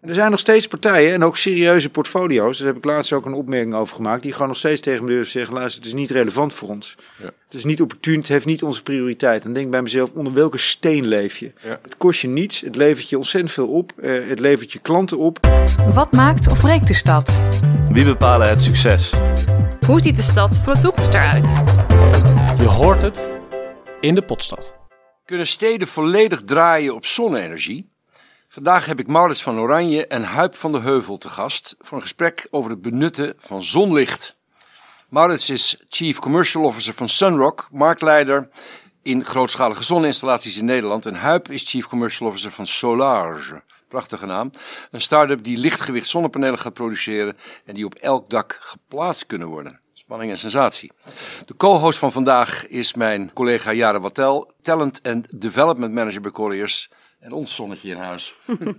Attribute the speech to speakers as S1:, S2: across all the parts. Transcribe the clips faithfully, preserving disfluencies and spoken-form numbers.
S1: Er zijn nog steeds partijen en ook serieuze portfolio's, daar heb ik laatst ook een opmerking over gemaakt, die gewoon nog steeds tegen me durven zeggen, luister, het is niet relevant voor ons. Ja. Het is niet opportun, het heeft niet onze prioriteit. Dan denk ik bij mezelf, onder welke steen leef je? Ja. Het kost je niets, het levert je ontzettend veel op, uh, het levert je klanten op.
S2: Wat maakt of breekt de stad?
S3: Wie bepalen het succes?
S4: Hoe ziet de stad voor de toekomst eruit?
S5: Je hoort het in de Podstad.
S6: Kunnen steden volledig draaien op zonne-energie? Vandaag heb ik Maurits van Oranje en Huib van de Heuvel te gast voor een gesprek over het benutten van zonlicht. Maurits is Chief Commercial Officer van Sunrock, marktleider in grootschalige zonne-installaties in Nederland. En Huib is Chief Commercial Officer van Solarge, prachtige naam. Een start-up die lichtgewicht zonnepanelen gaat produceren en die op elk dak geplaatst kunnen worden. Spanning en sensatie. De co-host van vandaag is mijn collega Jara Wattel, Talent and Development Manager bij Colliers. En ons zonnetje in huis.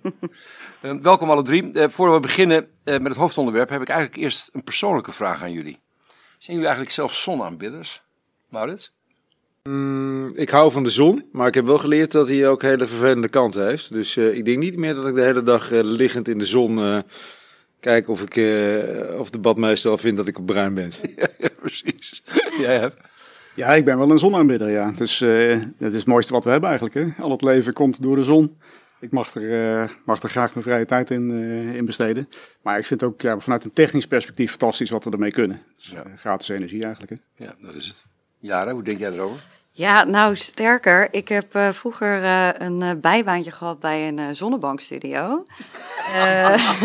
S6: uh, welkom alle drie. Uh, voor we beginnen uh, met het hoofdonderwerp heb ik eigenlijk eerst een persoonlijke vraag aan jullie. Zijn jullie eigenlijk zelf zonaanbidders? Maurits?
S1: Mm, ik hou van de zon, maar ik heb wel geleerd dat hij ook hele vervelende kanten heeft. Dus uh, ik denk niet meer dat ik de hele dag uh, liggend in de zon uh, kijk of, ik, uh, of de badmeester al vindt dat ik op bruin ben.
S6: ja, ja, precies. Jij hebt...
S7: Ja, ik ben wel een zonaanbidder, ja. Dus uh, dat is het mooiste wat we hebben eigenlijk. Hè? Al het leven komt door de zon. Ik mag er, uh, mag er graag mijn vrije tijd in, uh, in besteden. Maar ik vind het ook ja, vanuit een technisch perspectief fantastisch wat we ermee kunnen. Dus, ja. uh, gratis energie eigenlijk. Hè?
S6: Ja, dat is het. Jara, hoe denk jij erover?
S8: Ja, nou sterker. Ik heb uh, vroeger uh, een uh, bijbaantje gehad bij een uh, zonnebankstudio. uh,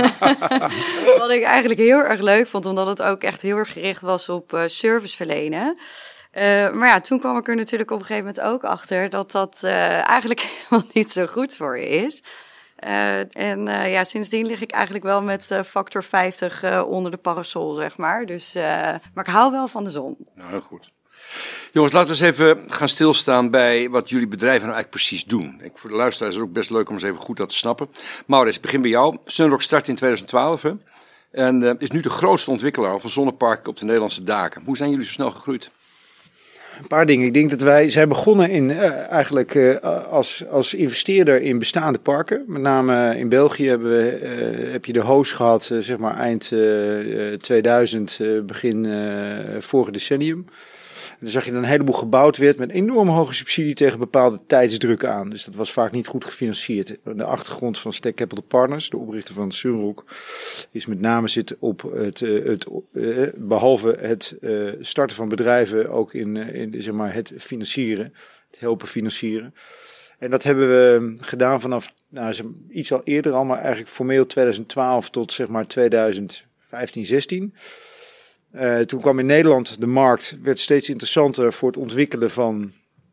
S8: wat ik eigenlijk heel erg leuk vond, omdat het ook echt heel erg gericht was op uh, service verlenen. Uh, maar ja, toen kwam ik er natuurlijk op een gegeven moment ook achter dat dat uh, eigenlijk helemaal niet zo goed voor je is. Uh, en uh, ja, sindsdien lig ik eigenlijk wel met uh, factor vijftig uh, onder de parasol, zeg maar. Dus, uh, maar ik hou wel van de zon.
S6: Nou, heel goed. Jongens, laten we eens even gaan stilstaan bij wat jullie bedrijven nou eigenlijk precies doen. Ik, voor de luisteraars is het ook best leuk om eens even goed dat te snappen. Maurits, begin bij jou. Sunrock start in twintig twaalf hè? En uh, is nu de grootste ontwikkelaar van zonneparken op de Nederlandse daken. Hoe zijn jullie zo snel gegroeid?
S1: Een paar dingen. Ik denk dat wij zijn begonnen in uh, eigenlijk uh, als, als investeerder in bestaande parken. Met name in België hebben we, uh, heb je de host gehad, uh, zeg maar eind uh, tweeduizend, uh, begin uh, vorige decennium. En dan zag je dat een heleboel gebouwd werd met enorm hoge subsidie tegen bepaalde tijdsdruk aan. Dus dat was vaak niet goed gefinancierd. De achtergrond van Stack Capital Partners, de oprichter van Sunrock, is met name zit op het, het uh, behalve het uh, starten van bedrijven ook in, uh, in zeg maar, het financieren, het helpen financieren. En dat hebben we gedaan vanaf nou, iets al eerder al, maar eigenlijk formeel twintig twaalf tot zeg maar twintig vijftien, zestien. Uh, toen kwam in Nederland de markt, werd steeds interessanter voor het ontwikkelen van,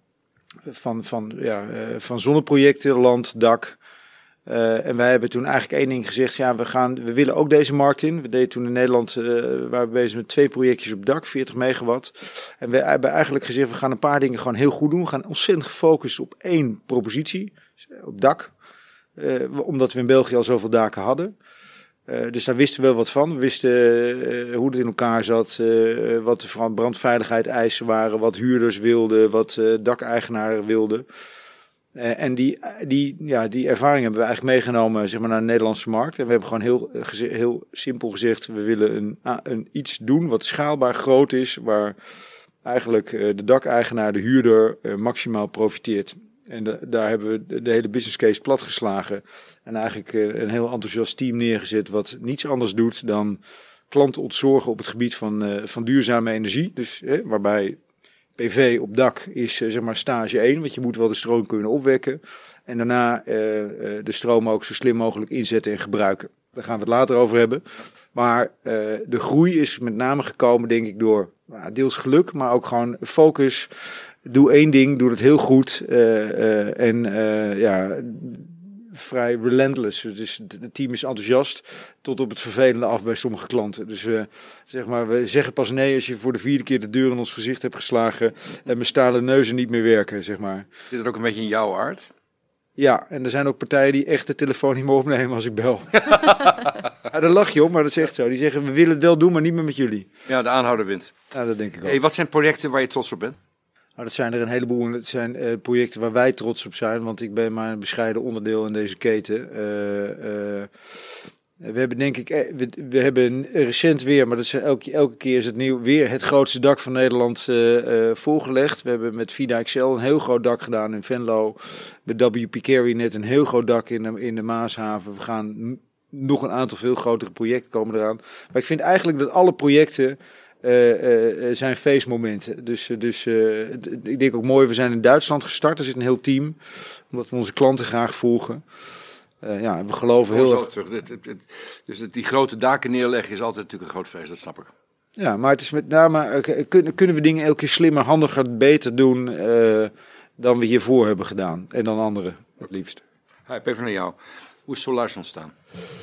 S1: van, van, ja, uh, van zonneprojecten, land, dak. Uh, en wij hebben toen eigenlijk één ding gezegd, ja, we, gaan, we willen ook deze markt in. We deden toen in Nederland, uh, waren we bezig met twee projectjes op dak, veertig megawatt. En we hebben eigenlijk gezegd, we gaan een paar dingen gewoon heel goed doen. We gaan ontzettend gefocust op één propositie, op dak. Uh, omdat we in België al zoveel daken hadden. Uh, dus daar wisten we wel wat van. We wisten uh, hoe het in elkaar zat, uh, wat de brandveiligheid eisen waren, wat huurders wilden, wat uh, dakeigenaren wilden. Uh, en die, die, ja, die ervaring hebben we eigenlijk meegenomen zeg maar, naar de Nederlandse markt. En we hebben gewoon heel, heel simpel gezegd, we willen een, een iets doen wat schaalbaar groot is, waar eigenlijk uh, de dakeigenaar, de huurder, uh, maximaal profiteert. En de, daar hebben we de, de hele business case platgeslagen. En eigenlijk uh, een heel enthousiast team neergezet wat niets anders doet dan klanten ontzorgen op het gebied van, uh, van duurzame energie. Dus eh, waarbij P V op dak is uh, zeg maar stage één, want je moet wel de stroom kunnen opwekken. En daarna uh, uh, de stroom ook zo slim mogelijk inzetten en gebruiken. Daar gaan we het later over hebben. Maar uh, de groei is met name gekomen denk ik door uh, deels geluk, maar ook gewoon focus. Doe één ding, doe het heel goed uh, uh, en uh, ja, vrij relentless. Dus het team is enthousiast tot op het vervelende af bij sommige klanten. Dus we, zeg maar, we zeggen pas nee als je voor de vierde keer de deur in ons gezicht hebt geslagen en mijn stalen neuzen niet meer werken, zeg maar.
S6: Zit er ook een beetje in jouw aard?
S1: Ja, en er zijn ook partijen die echt de telefoon niet meer opnemen als ik bel. Ja, daar lach je op, maar dat is echt zo. Die zeggen, we willen het wel doen, maar niet meer met jullie.
S6: Ja, de aanhouder wint.
S1: Ja, dat denk ik ook.
S6: Hey, wat zijn projecten waar je trots op bent?
S1: Nou, dat zijn er een heleboel. Dat zijn uh, projecten waar wij trots op zijn, want ik ben maar een bescheiden onderdeel in deze keten. Uh, uh, We hebben denk ik, we, we hebben recent weer, maar dat is elke, elke keer is het nieuw, weer het grootste dak van Nederland uh, uh, voorgelegd. We hebben met Vida Excel een heel groot dak gedaan in Venlo. Met W P Carry net een heel groot dak in de, in de Maashaven. We gaan nog een aantal veel grotere projecten komen eraan. Maar ik vind eigenlijk dat alle projecten uh, uh, zijn feestmomenten. Dus, uh, dus uh, ik denk ook mooi, we zijn in Duitsland gestart. Er zit een heel team, omdat we onze klanten graag volgen. Uh, ja, we geloven heel erg.
S6: Terug. Dit, dit, dit, dus die grote daken neerleggen is altijd natuurlijk een groot feest, dat snap ik.
S1: Ja, maar het is met name, uh, kunnen, kunnen we dingen elke keer slimmer, handiger, beter doen uh, dan we hiervoor hebben gedaan. En dan anderen, het liefst.
S6: Hi, even naar jou. Hoe is Solaris ontstaan?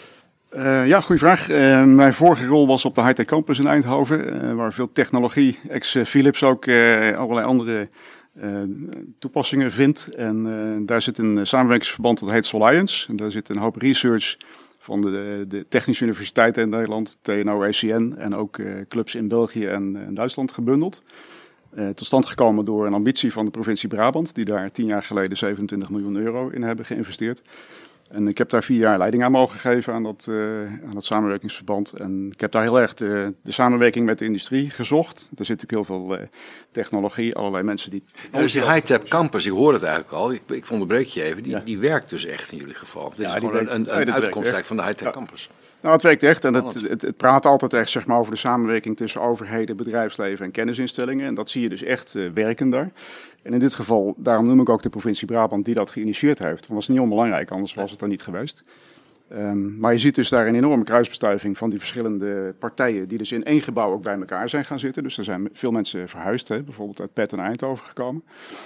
S7: Uh, ja, goede vraag. Uh, mijn vorige rol was op de High Tech Campus in Eindhoven, uh, waar veel technologie, ex-Philips ook uh, allerlei andere uh, toepassingen vindt. En uh, daar zit een samenwerkingsverband dat heet Soliance. En daar zit een hoop research van de, de Technische Universiteiten in Nederland, T N O, A C N en ook uh, clubs in België en, en Duitsland gebundeld. Uh, tot stand gekomen door een ambitie van de provincie Brabant, die daar tien jaar geleden zevenentwintig miljoen euro in hebben geïnvesteerd. En ik heb daar vier jaar leiding aan mogen geven aan dat, uh, aan dat samenwerkingsverband. En ik heb daar heel erg de, de samenwerking met de industrie gezocht. Er zit natuurlijk heel veel uh, technologie, allerlei mensen die...
S6: Ja, dus die High-Tech Campus, ik hoor het eigenlijk al, ik, ik onderbreek je even, die, ja. die werkt dus echt in jullie geval. Dit ja, is gewoon werkt, een, een, een uitkomst van de High-Tech ja. Campus.
S7: Nou, het werkt echt en het, het, het praat altijd echt zeg maar, over de samenwerking tussen overheden, bedrijfsleven en kennisinstellingen. En dat zie je dus echt uh, werken daar. En in dit geval, daarom noem ik ook de provincie Brabant die dat geïnitieerd heeft. Want dat is niet onbelangrijk, anders was het er niet geweest. Um, maar je ziet dus daar een enorme kruisbestuiving van die verschillende partijen die dus in één gebouw ook bij elkaar zijn gaan zitten. Dus er zijn veel mensen verhuisd, hè, bijvoorbeeld uit Petten en Eindhoven gekomen.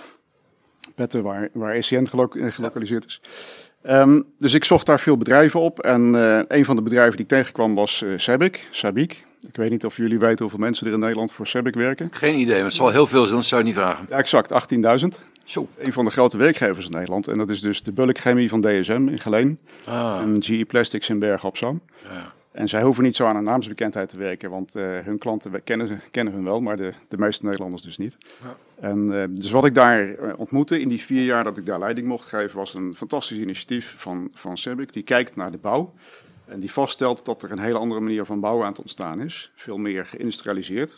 S7: Petten waar, waar A C N gelo- gelokaliseerd is. Um, dus ik zocht daar veel bedrijven op en uh, een van de bedrijven die ik tegenkwam was uh, Sabic, Sabic. Ik weet niet of jullie weten hoeveel mensen er in Nederland voor Sabic werken.
S6: Geen idee, maar het zal heel veel zijn, anders zou je niet vragen.
S7: Ja, exact, achttienduizend.
S6: Zo.
S7: Een van de grote werkgevers in Nederland. En dat is dus de bulkchemie van D S M in Geleen. Ah. En G E Plastics in Bergen op Zoom. Ja. En zij hoeven niet zo aan een naamsbekendheid te werken, want uh, hun klanten kennen, kennen hun wel, maar de, de meeste Nederlanders dus niet. Ja. En, uh, dus wat ik daar uh, ontmoette in die vier jaar dat ik daar leiding mocht geven, was een fantastisch initiatief van, van Sabic. Die kijkt naar de bouw en die vaststelt dat er een hele andere manier van bouwen aan het ontstaan is. Veel meer geïndustrialiseerd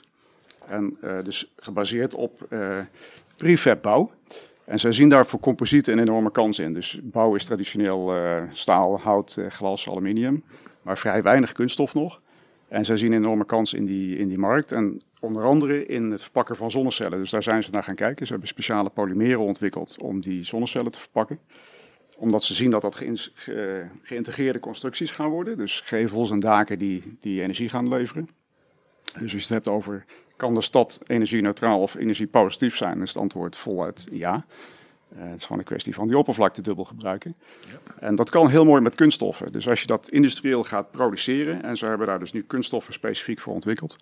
S7: en uh, dus gebaseerd op uh, prefab bouw. En zij zien daar voor composieten een enorme kans in. Dus bouw is traditioneel uh, staal, hout, uh, glas, aluminium. Maar vrij weinig kunststof nog. En zij zien een enorme kans in die, in die markt. En onder andere in het verpakken van zonnecellen. Dus daar zijn ze naar gaan kijken. Ze hebben speciale polymeren ontwikkeld om die zonnecellen te verpakken. Omdat ze zien dat dat ge- ge- geïntegreerde constructies gaan worden. Dus gevels en daken die, die energie gaan leveren. Dus als je het hebt over, kan de stad energie-neutraal of energie-positief zijn? Dan is het antwoord voluit ja. Uh, het is gewoon een kwestie van die oppervlakte dubbel gebruiken. Ja. En dat kan heel mooi met kunststoffen. Dus als je dat industrieel gaat produceren, en ze hebben daar dus nu kunststoffen specifiek voor ontwikkeld,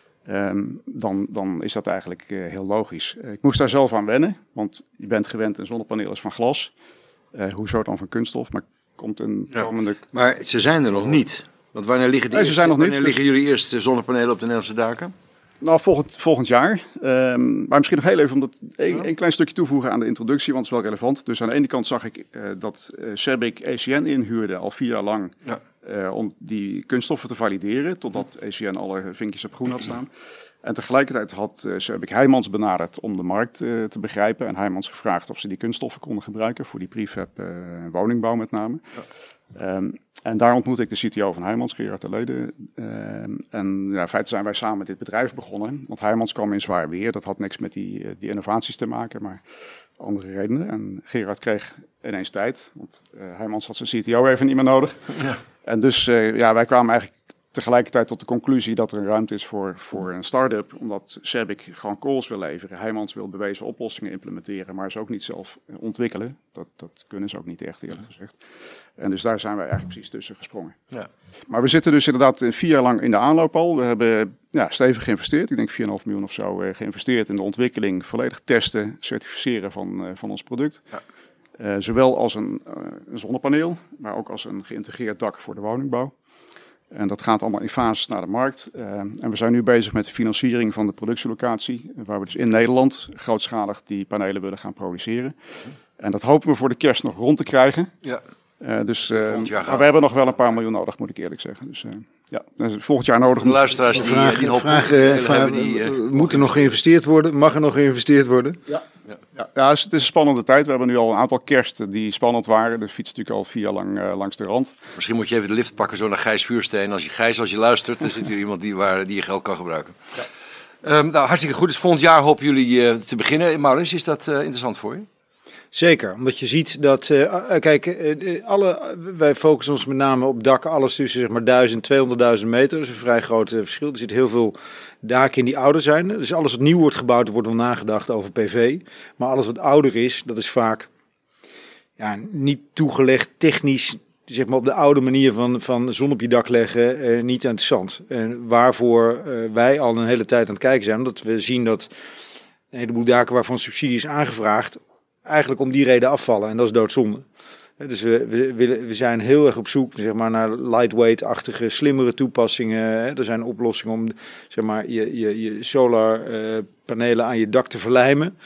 S7: um, dan, dan is dat eigenlijk uh, heel logisch. Uh, ik moest daar zelf aan wennen, want je bent gewend een zonnepaneel is van glas. Uh, hoezo dan van kunststof? Maar komt een
S6: ja.
S7: komende...
S6: Maar ze zijn er nog niet. Want wanneer liggen, die
S7: nee,
S6: eerste,
S7: nog
S6: wanneer
S7: niet,
S6: liggen
S7: dus...
S6: jullie eerste zonnepanelen op de Nederlandse daken?
S7: Nou, volgend, volgend jaar. Um, maar misschien nog heel even om dat een, een klein stukje toevoegen aan de introductie, want het is wel relevant. Dus aan de ene kant zag ik uh, dat uh, Sabic A C N inhuurde al vier jaar lang ja. uh, om die kunststoffen te valideren, totdat A C N alle vinkjes op groen had staan. En tegelijkertijd had uh, Sabic Heijmans benaderd om de markt uh, te begrijpen. En Heijmans gevraagd of ze die kunststoffen konden gebruiken voor die prefab uh, woningbouw met name. Ja. Um, En daar ontmoette ik de C T O van Heijmans, Gerard de Lede. Uh, en ja, in feite zijn wij samen met dit bedrijf begonnen. Want Heijmans kwam in zwaar weer. Dat had niks met die, die innovaties te maken, maar andere redenen. En Gerard kreeg ineens tijd, want uh, Heijmans had zijn C T O even niet meer nodig. Ja. En dus uh, ja, wij kwamen eigenlijk tegelijkertijd tot de conclusie dat er een ruimte is voor, voor een start-up. Omdat Sabic gewoon calls wil leveren. Heijmans wil bewezen oplossingen implementeren, maar ze ook niet zelf ontwikkelen. Dat, dat kunnen ze ook niet echt, eerlijk gezegd. En dus daar zijn wij eigenlijk precies tussen gesprongen. Ja. Maar we zitten dus inderdaad vier jaar lang in de aanloop al. We hebben ja, stevig geïnvesteerd. Ik denk vier komma vijf miljoen of zo uh, geïnvesteerd in de ontwikkeling, volledig testen, certificeren van, uh, van ons product. Ja. Uh, zowel als een, uh, een zonnepaneel, maar ook als een geïntegreerd dak voor de woningbouw. En dat gaat allemaal in fases naar de markt. Uh, en we zijn nu bezig met de financiering van de productielocatie, waar we dus in Nederland grootschalig die panelen willen gaan produceren. En dat hopen we voor de kerst nog rond te krijgen.
S6: Ja.
S7: Uh, dus uh,
S6: jaar
S7: maar we hebben nog wel een paar miljoen nodig, moet ik eerlijk zeggen. Dus uh, ja, dat is volgend jaar nodig.
S6: De luisteraars die,
S1: vraag,
S6: die
S1: vraag, uh, vraag,
S6: hebben, die uh,
S1: moet er nog geïnvesteerd worden? Mag er nog geïnvesteerd worden?
S7: Ja, ja. ja, ja het, is, het is een spannende tijd. We hebben nu al een aantal kersten die spannend waren. De fiets natuurlijk al vier jaar lang uh, langs de rand.
S6: Misschien moet je even de lift pakken zo naar Gijs Vuursteen. Als je Gijs, als je luistert, dan zit hier iemand die, waar, die je geld kan gebruiken. Ja. Um, nou, hartstikke goed. Dus volgend jaar hopen jullie uh, te beginnen. Maurits, is dat uh, interessant voor je?
S1: Zeker, omdat je ziet dat, uh, kijk, uh, alle, wij focussen ons met name op dakken, alles tussen zeg maar duizend, tweehonderdduizend meter. Dat is een vrij groot uh, verschil. Er zit heel veel daken in die ouder zijn. Dus alles wat nieuw wordt gebouwd, wordt wel nagedacht over P V. Maar alles wat ouder is, dat is vaak ja, niet toegelegd technisch, zeg maar op de oude manier van, van zon op je dak leggen, uh, niet interessant. En waarvoor uh, wij al een hele tijd aan het kijken zijn, omdat we zien dat een heleboel daken waarvan subsidie is aangevraagd, eigenlijk om die reden afvallen. En dat is doodzonde. Dus we, we, we zijn heel erg op zoek zeg maar, naar lightweight-achtige, slimmere toepassingen. Er zijn oplossingen om zeg maar, je, je, je solarpanelen uh, aan je dak te verlijmen.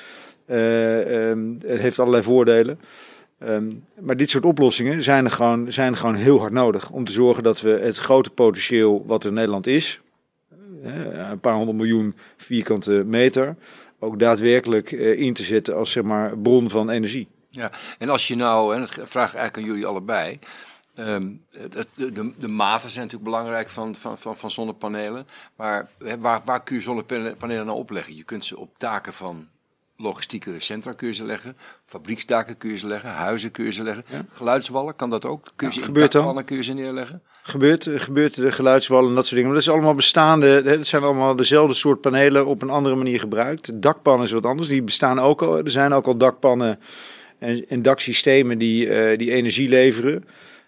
S1: Uh, um, het heeft allerlei voordelen. Um, maar dit soort oplossingen zijn er, gewoon, zijn er gewoon heel hard nodig. Om te zorgen dat we het grote potentieel wat er in Nederland is, uh, een paar honderd miljoen vierkante meter, ook daadwerkelijk uh, in te zetten als zeg maar, bron van energie.
S6: Ja, en als je nou, en dat vraag ik eigenlijk aan jullie allebei, um, de, de, de maten zijn natuurlijk belangrijk van, van, van, van zonnepanelen, maar waar, waar kun je zonnepanelen nou opleggen? Je kunt ze op daken van logistieke centra kun je ze leggen, fabrieksdaken kun je ze leggen, huizen kun je ze leggen, ja. Geluidswallen kan dat ook? Kun je
S1: ja,
S6: ze in
S1: dakpannen
S6: kun je ze neerleggen?
S1: Gebeurt, gebeurt de geluidswallen en dat soort dingen. Maar dat is allemaal bestaande, dat zijn allemaal dezelfde soort panelen op een andere manier gebruikt. Dakpannen is wat anders, die bestaan ook al. Er zijn ook al dakpannen en, en daksystemen die, uh, die energie leveren.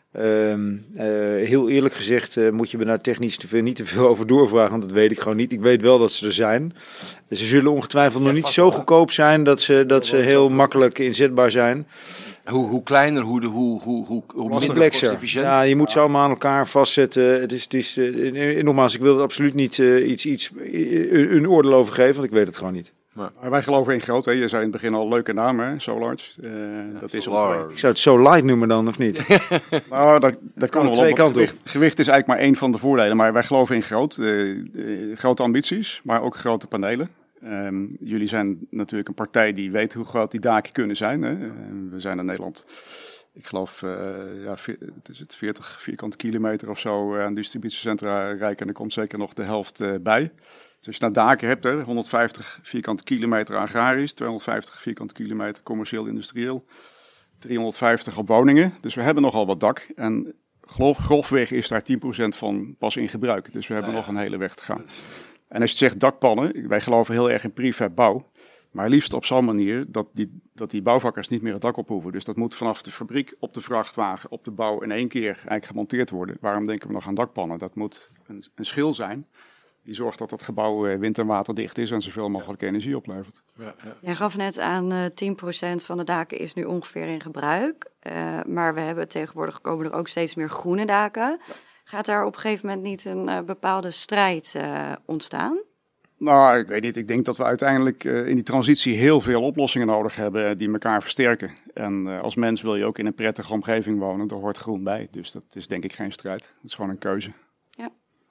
S1: Um, uh, heel eerlijk gezegd uh, moet je me daar technisch te veel, niet te veel over doorvragen, want dat weet ik gewoon niet. Ik weet wel dat ze er zijn. Ze zullen ongetwijfeld ja, nog niet zo wel. goedkoop zijn dat ze, dat ze heel makkelijk inzetbaar zijn.
S6: Hoe, hoe kleiner, hoe, hoe, hoe, hoe, hoe
S1: complexer. Ja, je moet ja. ze allemaal aan elkaar vastzetten. Het is, het is, uh, nogmaals, ik wil er absoluut niet uh, iets, iets, uh, een oordeel over geven, want ik weet het gewoon niet.
S7: Maar wij geloven in groot. Hè. Je zei in het begin al leuke naam, hè? Solarge. Uh, ja, dat is
S1: Solar. Ik zou het zo light noemen dan, of niet?
S7: nou, dat, dat kan wel.
S1: Twee kanten.
S7: Gewicht, gewicht is eigenlijk maar één van de voordelen. Maar wij geloven in groot. Uh, uh, grote ambities, maar ook grote panelen. Um, jullie zijn natuurlijk een partij die weet hoe groot die daken kunnen zijn. Hè. Uh, we zijn in Nederland, ik geloof, uh, ja, het is het veertig vierkante kilometer of zo aan distributiecentra rijk. En er komt zeker nog de helft uh, bij. Dus als je nou daken hebt, hè, honderdvijftig vierkante kilometer agrarisch, tweehonderdvijftig vierkante kilometer commercieel-industrieel, driehonderdvijftig op woningen. Dus we hebben nogal wat dak. En grof, grofweg is daar tien procent van pas in gebruik. Dus we hebben ja, nog een hele weg te gaan. En als je zegt dakpannen, wij geloven heel erg in prefab bouw. Maar liefst op zo'n manier dat die, dat die bouwvakkers niet meer het dak op hoeven. Dus dat moet vanaf de fabriek op de vrachtwagen, op de bouw in één keer eigenlijk gemonteerd worden. Waarom denken we nog aan dakpannen? Dat moet een, een schil zijn die zorgt dat het gebouw wind- en waterdicht is en zoveel mogelijk energie oplevert.
S8: Ja, ja. Jij gaf net aan uh, tien procent van de daken is nu ongeveer in gebruik. Uh, maar we hebben tegenwoordig komen er ook steeds meer groene daken. Ja. Gaat daar op een gegeven moment niet een uh, bepaalde strijd uh, ontstaan?
S7: Nou, ik weet niet. Ik denk dat we uiteindelijk uh, in die transitie heel veel oplossingen nodig hebben die elkaar versterken. En uh, als mens wil je ook in een prettige omgeving wonen. Daar hoort groen bij. Dus dat is denk ik geen strijd. Het is gewoon een keuze.
S8: Ja.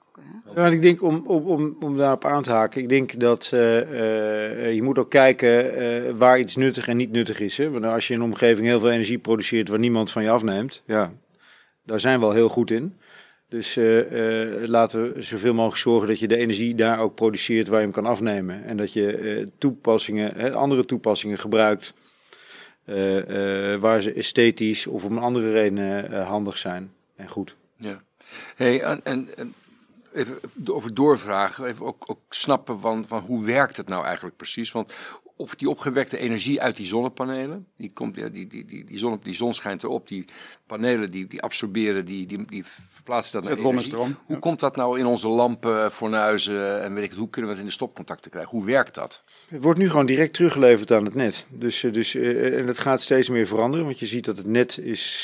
S1: Ja, ik denk om, om, om daarop aan te haken, ik denk dat uh, uh, je moet ook kijken uh, waar iets nuttig en niet nuttig is. Hè? Want als je in een omgeving heel veel energie produceert waar niemand van je afneemt, ja, daar zijn we al heel goed in. Dus uh, uh, laten we zoveel mogelijk zorgen dat je de energie daar ook produceert waar je hem kan afnemen. En dat je uh, toepassingen, uh, andere toepassingen gebruikt uh, uh, waar ze esthetisch of om andere redenen uh, handig zijn en goed.
S6: Ja. Hey, en, en, en even over doorvragen, even ook, ook snappen van, van hoe werkt het nou eigenlijk precies? Want op die opgewekte energie uit die zonnepanelen, die, komt, ja, die, die, die, die, zon, die zon schijnt erop, die panelen die, die absorberen, die, die, die verplaatsen dat naar energie. Hoe ja. komt dat nou in onze lampen, fornuizen en weet ik het, hoe kunnen we het in de stopcontacten krijgen? Hoe werkt dat?
S1: Het wordt nu gewoon direct teruggeleverd aan het net. Dus, dus, uh, en het gaat steeds meer veranderen, want je ziet dat het net is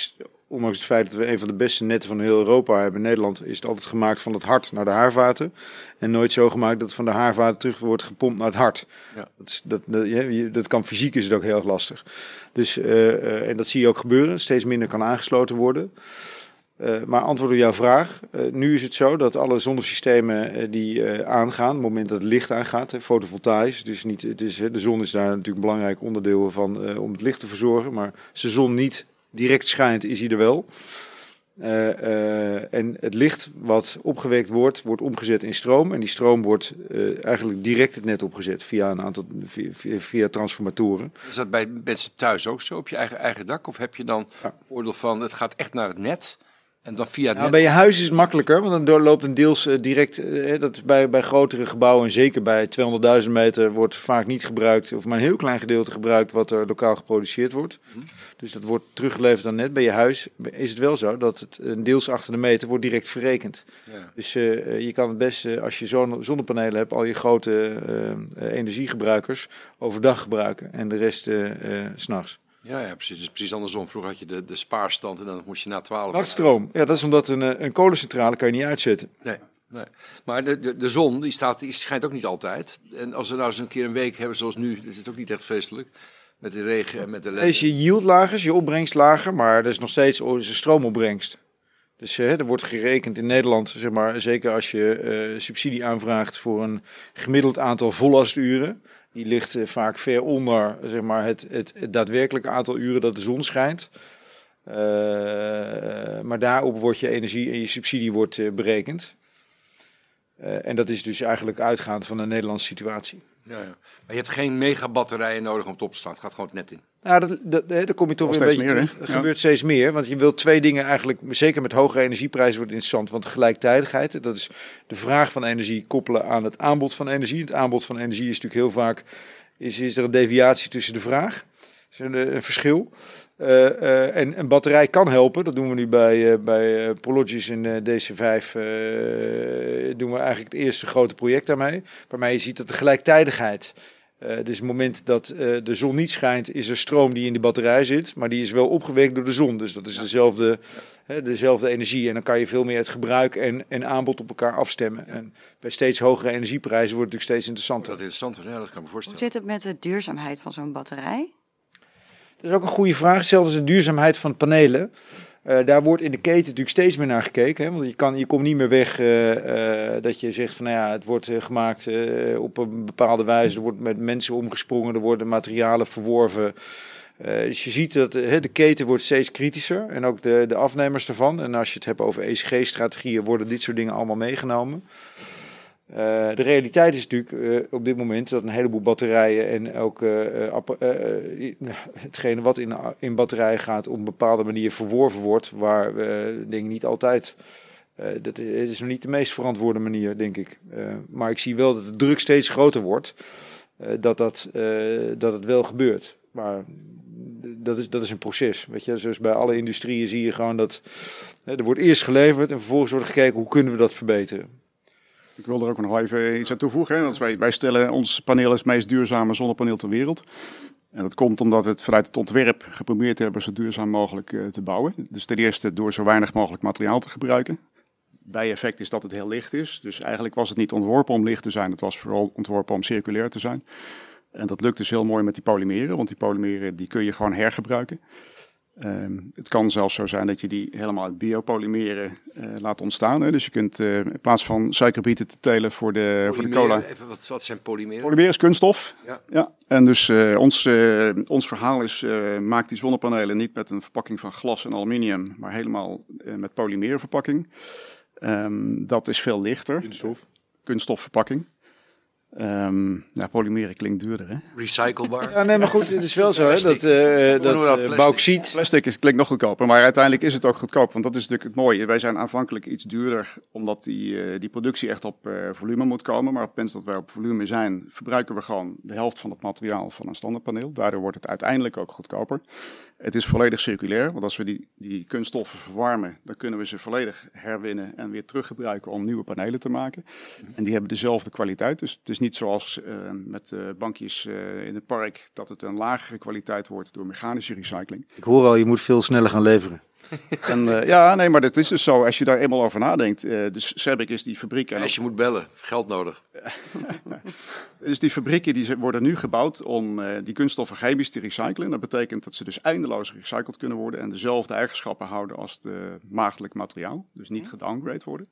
S1: ondanks het feit dat we een van de beste netten van heel Europa hebben, in Nederland is het altijd gemaakt van het hart naar de haarvaten. En nooit zo gemaakt dat het van de haarvaten terug wordt gepompt naar het hart. Ja. Dat, is, dat, dat, je, dat kan fysiek is het ook heel erg lastig. Dus, uh, uh, en dat zie je ook gebeuren. Steeds minder kan aangesloten worden. Uh, maar antwoord op jouw vraag. Uh, nu is het zo dat alle zonnesystemen uh, die uh, aangaan, op het moment dat het licht aangaat, hè, fotovoltaïs, dus niet, het is, de zon is daar natuurlijk een belangrijk onderdeel van uh, om het licht te verzorgen. Maar als de zon niet direct schijnt, is hij er wel. Uh, uh, en het licht wat opgewekt wordt, wordt omgezet in stroom. En die stroom wordt uh, eigenlijk direct het net opgezet via een aantal via, via, via transformatoren.
S6: Is dat bij mensen thuis ook zo op je eigen, eigen dak? Of heb je dan ja. voordeel van het gaat echt naar het net? En dan via het
S1: nou,
S6: net...
S1: Bij je huis is het makkelijker, want dan doorloopt een deels uh, direct. Uh, dat is bij, bij grotere gebouwen en zeker bij tweehonderdduizend meter wordt vaak niet gebruikt, of maar een heel klein gedeelte gebruikt wat er lokaal geproduceerd wordt. Mm. Dus dat wordt teruggeleverd aan net. Bij je huis is het wel zo dat het een deels achter de meter wordt direct verrekend. Ja. Dus uh, je kan het beste, als je zonne, zonnepanelen hebt, al je grote uh, energiegebruikers overdag gebruiken en de rest uh, uh, 's nachts.
S6: Ja, ja, precies. Dus precies andersom. Vroeger had je de, de spaarstand en dan moest je na twaalf...
S1: Nachtstroom. Ja, dat is omdat een, een kolencentrale kan je niet uitzetten.
S6: Nee, nee. Maar de, de, de zon, die, staat, die schijnt ook niet altijd. En als we nou eens een keer een week hebben zoals nu, is het ook niet echt feestelijk. Met de regen en met de...
S1: Is je yield lager, is je opbrengst lager, maar er is nog steeds een stroomopbrengst. Dus uh, er wordt gerekend in Nederland, zeg maar, zeker als je uh, subsidie aanvraagt voor een gemiddeld aantal vollasturen. Die ligt uh, vaak ver onder, zeg maar, het, het, het daadwerkelijke aantal uren dat de zon schijnt. Uh, maar daarop wordt je energie en je subsidie wordt uh, berekend. Uh, en dat is dus eigenlijk uitgaand van de Nederlandse situatie.
S6: Ja, ja. Maar je hebt geen megabatterijen nodig om het op te slaan. Het gaat gewoon het net in.
S1: Nou, dat, dat, daar kom je toch weer een beetje
S7: meer,
S1: terug. Er gebeurt ja. steeds meer. Want je wilt twee dingen eigenlijk, zeker met hogere energieprijzen wordt het interessant. Want gelijktijdigheid, dat is de vraag van energie koppelen aan het aanbod van energie. Het aanbod van energie is natuurlijk heel vaak, is, is er een deviatie tussen de vraag. Is er een, een verschil. Uh, uh, en een batterij kan helpen. Dat doen we nu bij, uh, bij uh, Prologis in uh, D C vijf. Uh, doen we eigenlijk het eerste grote project daarmee. Waarmee je ziet dat de gelijktijdigheid... Uh, dus het moment dat uh, de zon niet schijnt, is er stroom die in de batterij zit. Maar die is wel opgewekt door de zon. Dus dat is dezelfde, hè, dezelfde energie. En dan kan je veel meer het gebruik en, en aanbod op elkaar afstemmen. Ja. En bij steeds hogere energieprijzen wordt het natuurlijk steeds interessanter.
S6: Dat is interessanter, ja, dat kan ik me voorstellen.
S8: Hoe zit het met de duurzaamheid van zo'n batterij?
S1: Dat is ook een goede vraag. Hetzelfde als de duurzaamheid van panelen. Uh, daar wordt in de keten natuurlijk steeds meer naar gekeken. Hè? Want je, kan, je komt niet meer weg uh, uh, dat je zegt van nou ja, het wordt uh, gemaakt uh, op een bepaalde wijze. Er wordt met mensen omgesprongen, er worden materialen verworven. Uh, dus je ziet dat uh, de keten wordt steeds kritischer en ook de, de afnemers daarvan. En als je het hebt over E C G-strategieën worden dit soort dingen allemaal meegenomen. Uh, de realiteit is natuurlijk uh, op dit moment dat een heleboel batterijen en ook uh, uh, uh, hetgene wat in, in batterijen gaat op een bepaalde manier verworven wordt, waar we uh, denk ik niet altijd, uh, dat is nog niet de meest verantwoorde manier, denk ik. Uh, maar ik zie wel dat de druk steeds groter wordt, uh, dat, dat, uh, dat het wel gebeurt. Maar dat is, dat is een proces, weet je. Zoals bij alle industrieën zie je gewoon dat uh, er wordt eerst geleverd en vervolgens wordt gekeken hoe kunnen we dat verbeteren.
S7: Ik wil er ook nog even iets aan toevoegen. Hè? Want wij, wij stellen ons paneel als het meest duurzame zonnepaneel ter wereld. En dat komt omdat we het vanuit het ontwerp geprobeerd hebben zo duurzaam mogelijk uh, te bouwen. Dus ten eerste door zo weinig mogelijk materiaal te gebruiken. Bijeffect is dat het heel licht is. Dus eigenlijk was het niet ontworpen om licht te zijn. Het was vooral ontworpen om circulair te zijn. En dat lukt dus heel mooi met die polymeren. Want die polymeren die kun je gewoon hergebruiken. Um, het kan zelfs zo zijn dat je die helemaal uit biopolymeren uh, laat ontstaan. Hè. Dus je kunt uh, in plaats van suikerbieten te telen voor de, voor de cola...
S6: Even, wat, wat zijn polymeren?
S7: Polymeren is kunststof.
S6: Ja.
S7: Ja. En dus uh, ons, uh, ons verhaal is, uh, maak die zonnepanelen niet met een verpakking van glas en aluminium, maar helemaal uh, met polymeerverpakking. Um, dat is veel lichter.
S1: Kunststof.
S7: Kunststofverpakking. Um, ja, polymeren klinkt duurder, hè?
S6: Recyclebaar.
S1: Ja, nee, maar goed, het is wel zo, hè, dat, uh, dat uh, bauxiet...
S7: Plastic is, klinkt nog goedkoper, maar uiteindelijk is het ook goedkoop, want dat is natuurlijk het mooie. Wij zijn aanvankelijk iets duurder, omdat die, uh, die productie echt op uh, volume moet komen. Maar op het moment dat wij op volume zijn, verbruiken we gewoon de helft van het materiaal van een standaardpaneel. Daardoor wordt het uiteindelijk ook goedkoper. Het is volledig circulair, want als we die, die kunststoffen verwarmen, dan kunnen we ze volledig herwinnen en weer teruggebruiken om nieuwe panelen te maken. En die hebben dezelfde kwaliteit, dus het is niet zoals uh, met uh, bankjes uh, in het park, dat het een lagere kwaliteit wordt door mechanische recycling.
S1: Ik hoor al, je moet veel sneller gaan leveren.
S7: En uh, ja, nee, maar dat is dus zo. Als je daar eenmaal over nadenkt. Uh, dus Sebik is die fabriek.
S6: En als je moet bellen, geld nodig.
S7: Dus die fabrieken die worden nu gebouwd om uh, die kunststoffen chemisch te recyclen. Dat betekent dat ze dus eindeloos gerecycled kunnen worden en dezelfde eigenschappen houden als de maagdelijk materiaal. Dus niet gedowngrade worden.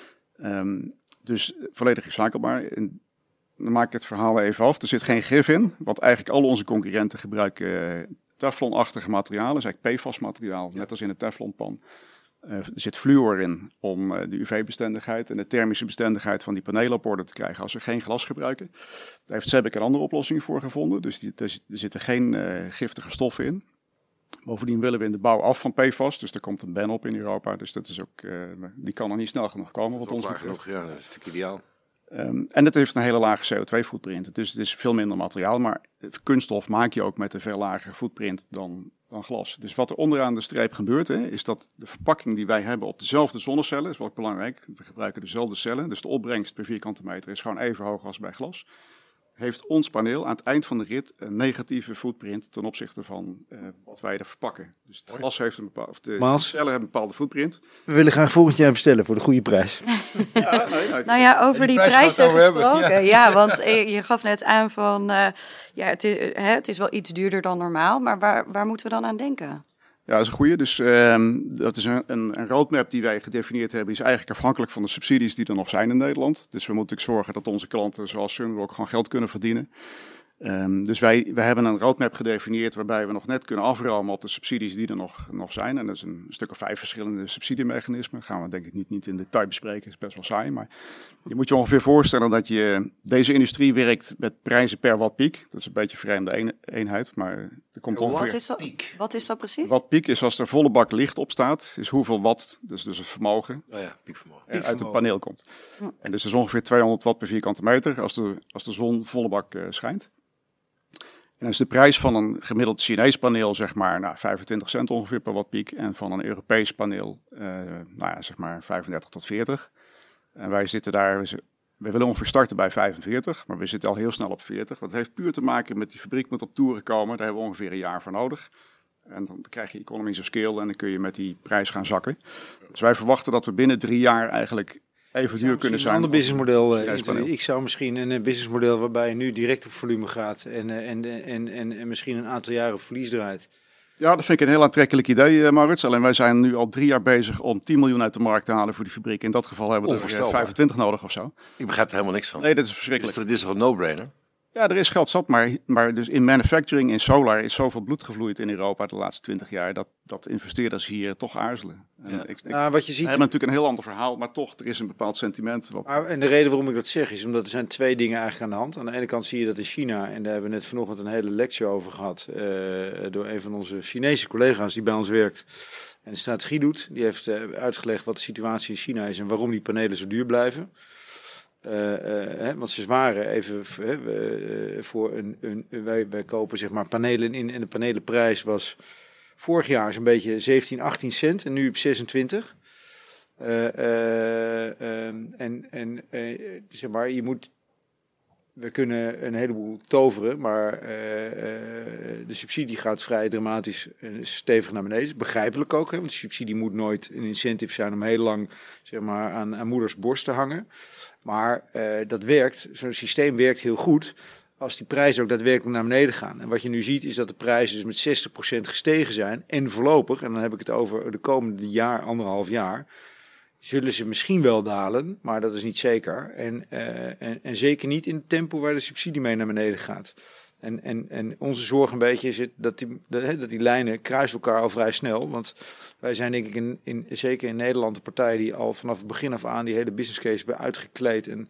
S7: Um, dus volledig recyclebaar. En dan maak ik het verhaal even af. Er zit geen gif in, wat eigenlijk al onze concurrenten gebruiken. Uh, Teflonachtige materialen, is eigenlijk P F A S-materiaal, net als in de teflonpan. Uh, er zit fluor in om uh, de U V-bestendigheid en de thermische bestendigheid van die panelen op orde te krijgen als we geen glas gebruiken. Daar heeft Sebik een andere oplossing voor gevonden, dus die, er, er zitten geen uh, giftige stoffen in. Bovendien willen we in de bouw af van P F A S, dus er komt een ban op in Europa, dus dat is ook, uh, die kan er niet snel genoeg komen. Wat ons betreft.
S6: Ja, dat is natuurlijk ideaal.
S7: Um, en het heeft een hele lage C O twee footprint, dus het is veel minder materiaal, maar kunststof maak je ook met een veel lagere footprint dan, dan glas. Dus wat er onderaan de streep gebeurt, hè, is dat de verpakking die wij hebben op dezelfde zonnecellen, is wel belangrijk, we gebruiken dezelfde cellen, dus de opbrengst per vierkante meter is gewoon even hoog als bij glas. Heeft ons paneel aan het eind van de rit een negatieve footprint ten opzichte van uh, wat wij er verpakken. Dus het glas heeft een bepaalde, of de
S1: Maas.
S7: cellen hebben een bepaalde footprint.
S1: We willen graag volgend jaar bestellen voor de goede prijs.
S7: Ja, nee, nou,
S8: Nou ja, over
S6: die
S8: die
S6: prijs
S8: prijzen
S6: gaan we het over
S8: gesproken.
S6: hebben,
S8: Ja. want eh, je gaf net aan van, uh, ja, het is, hè, het is wel iets duurder dan normaal, maar waar, waar moeten we dan aan denken?
S7: Ja, dat is een goeie. Dus um, dat is een, een, een roadmap die wij gedefinieerd hebben. Die is eigenlijk afhankelijk van de subsidies die er nog zijn in Nederland. Dus we moeten zorgen dat onze klanten zoals Sunrock gewoon geld kunnen verdienen. Um, dus wij, wij hebben een roadmap gedefinieerd waarbij we nog net kunnen afromen op de subsidies die er nog, nog zijn. En dat is een stuk of vijf verschillende subsidiemechanismen. Dat gaan we denk ik niet, niet in detail bespreken, dat is best wel saai. Maar je moet je ongeveer voorstellen dat je, deze industrie werkt met prijzen per wattpiek. Dat is een beetje een vreemde een, eenheid, maar er komt ongeveer...
S8: Wat is dat, wat is dat precies?
S7: Wattpiek is als er volle bak licht op staat, is hoeveel watt, dus, dus het vermogen,
S6: Oh ja, piekvermogen.
S7: er uit het paneel komt. En dus dat is ongeveer tweehonderd watt per vierkante meter als de, als de zon volle bak uh, schijnt. En dan is de prijs van een gemiddeld Chinees paneel zeg maar nou, vijfentwintig cent ongeveer per wattpiek. En van een Europees paneel uh, nou ja, zeg maar vijfendertig tot veertig. En wij zitten daar, we, we willen ongeveer starten bij vijfenveertig, maar we zitten al heel snel op veertig. Want het heeft puur te maken met die fabriek moet op toeren komen. Daar hebben we ongeveer een jaar voor nodig. En dan krijg je economies of scale en dan kun je met die prijs gaan zakken. Dus wij verwachten dat we binnen drie jaar eigenlijk even duur kunnen zijn.
S1: Een ander businessmodel.
S7: Ja,
S1: Uh, ik zou misschien een uh, businessmodel waarbij je nu direct op volume gaat en, uh, en, uh, en, en, en misschien een aantal jaren op verlies draait.
S7: Ja, dat vind ik een heel aantrekkelijk idee, uh, Maurits. Alleen wij zijn nu al drie jaar bezig om tien miljoen uit de markt te halen voor die fabriek. In dat geval hebben we er uh, vijfentwintig nodig of zo.
S6: Ik begrijp er helemaal niks van.
S7: Nee, dat is verschrikkelijk.
S6: Dus dit is toch een no-brainer?
S7: Ja, er is geld zat, maar, maar dus in manufacturing, in solar, is zoveel bloed gevloeid in Europa de laatste twintig jaar, dat, dat investeerders hier toch aarzelen. En
S6: Ja.
S7: ik, ik,
S1: Nou, wat je ziet.
S7: we hebben natuurlijk een heel ander verhaal, maar toch, er is een bepaald sentiment. Wat...
S1: Maar, en de reden waarom ik dat zeg is omdat er zijn twee dingen eigenlijk aan de hand. Aan de ene kant zie je dat in China, en daar hebben we net vanochtend een hele lecture over gehad, uh, door een van onze Chinese collega's die bij ons werkt en de strategie doet. Die heeft uh, uitgelegd wat de situatie in China is en waarom die panelen zo duur blijven. Uh, uh, hè, want ze waren even uh, voor een, een wij, wij kopen zeg maar panelen in en de panelenprijs was vorig jaar zo'n beetje zeventien, achttien cent en nu op zesentwintig. Uh, uh, um, en en uh, zeg maar, je moet, we kunnen een heleboel toveren, maar uh, uh, de subsidie gaat vrij dramatisch en stevig naar beneden. Begrijpelijk ook, hè, want de subsidie moet nooit een incentive zijn om heel lang zeg maar, aan, aan moeders borst te hangen. Maar uh, dat werkt, zo'n systeem werkt heel goed als die prijzen ook daadwerkelijk naar beneden gaan. En wat je nu ziet is dat de prijzen dus met zestig procent gestegen zijn. En voorlopig, en dan heb ik het over de komende jaar, anderhalf jaar, zullen ze misschien wel dalen, maar dat is niet zeker. En, uh, en, en zeker niet in het tempo waar de subsidie mee naar beneden gaat. En, en, en onze zorg een beetje is het dat die, dat die lijnen kruisen elkaar al vrij snel. Want wij zijn denk ik in, in, zeker in Nederland de partij die al vanaf het begin af aan die hele business case hebben uitgekleed. En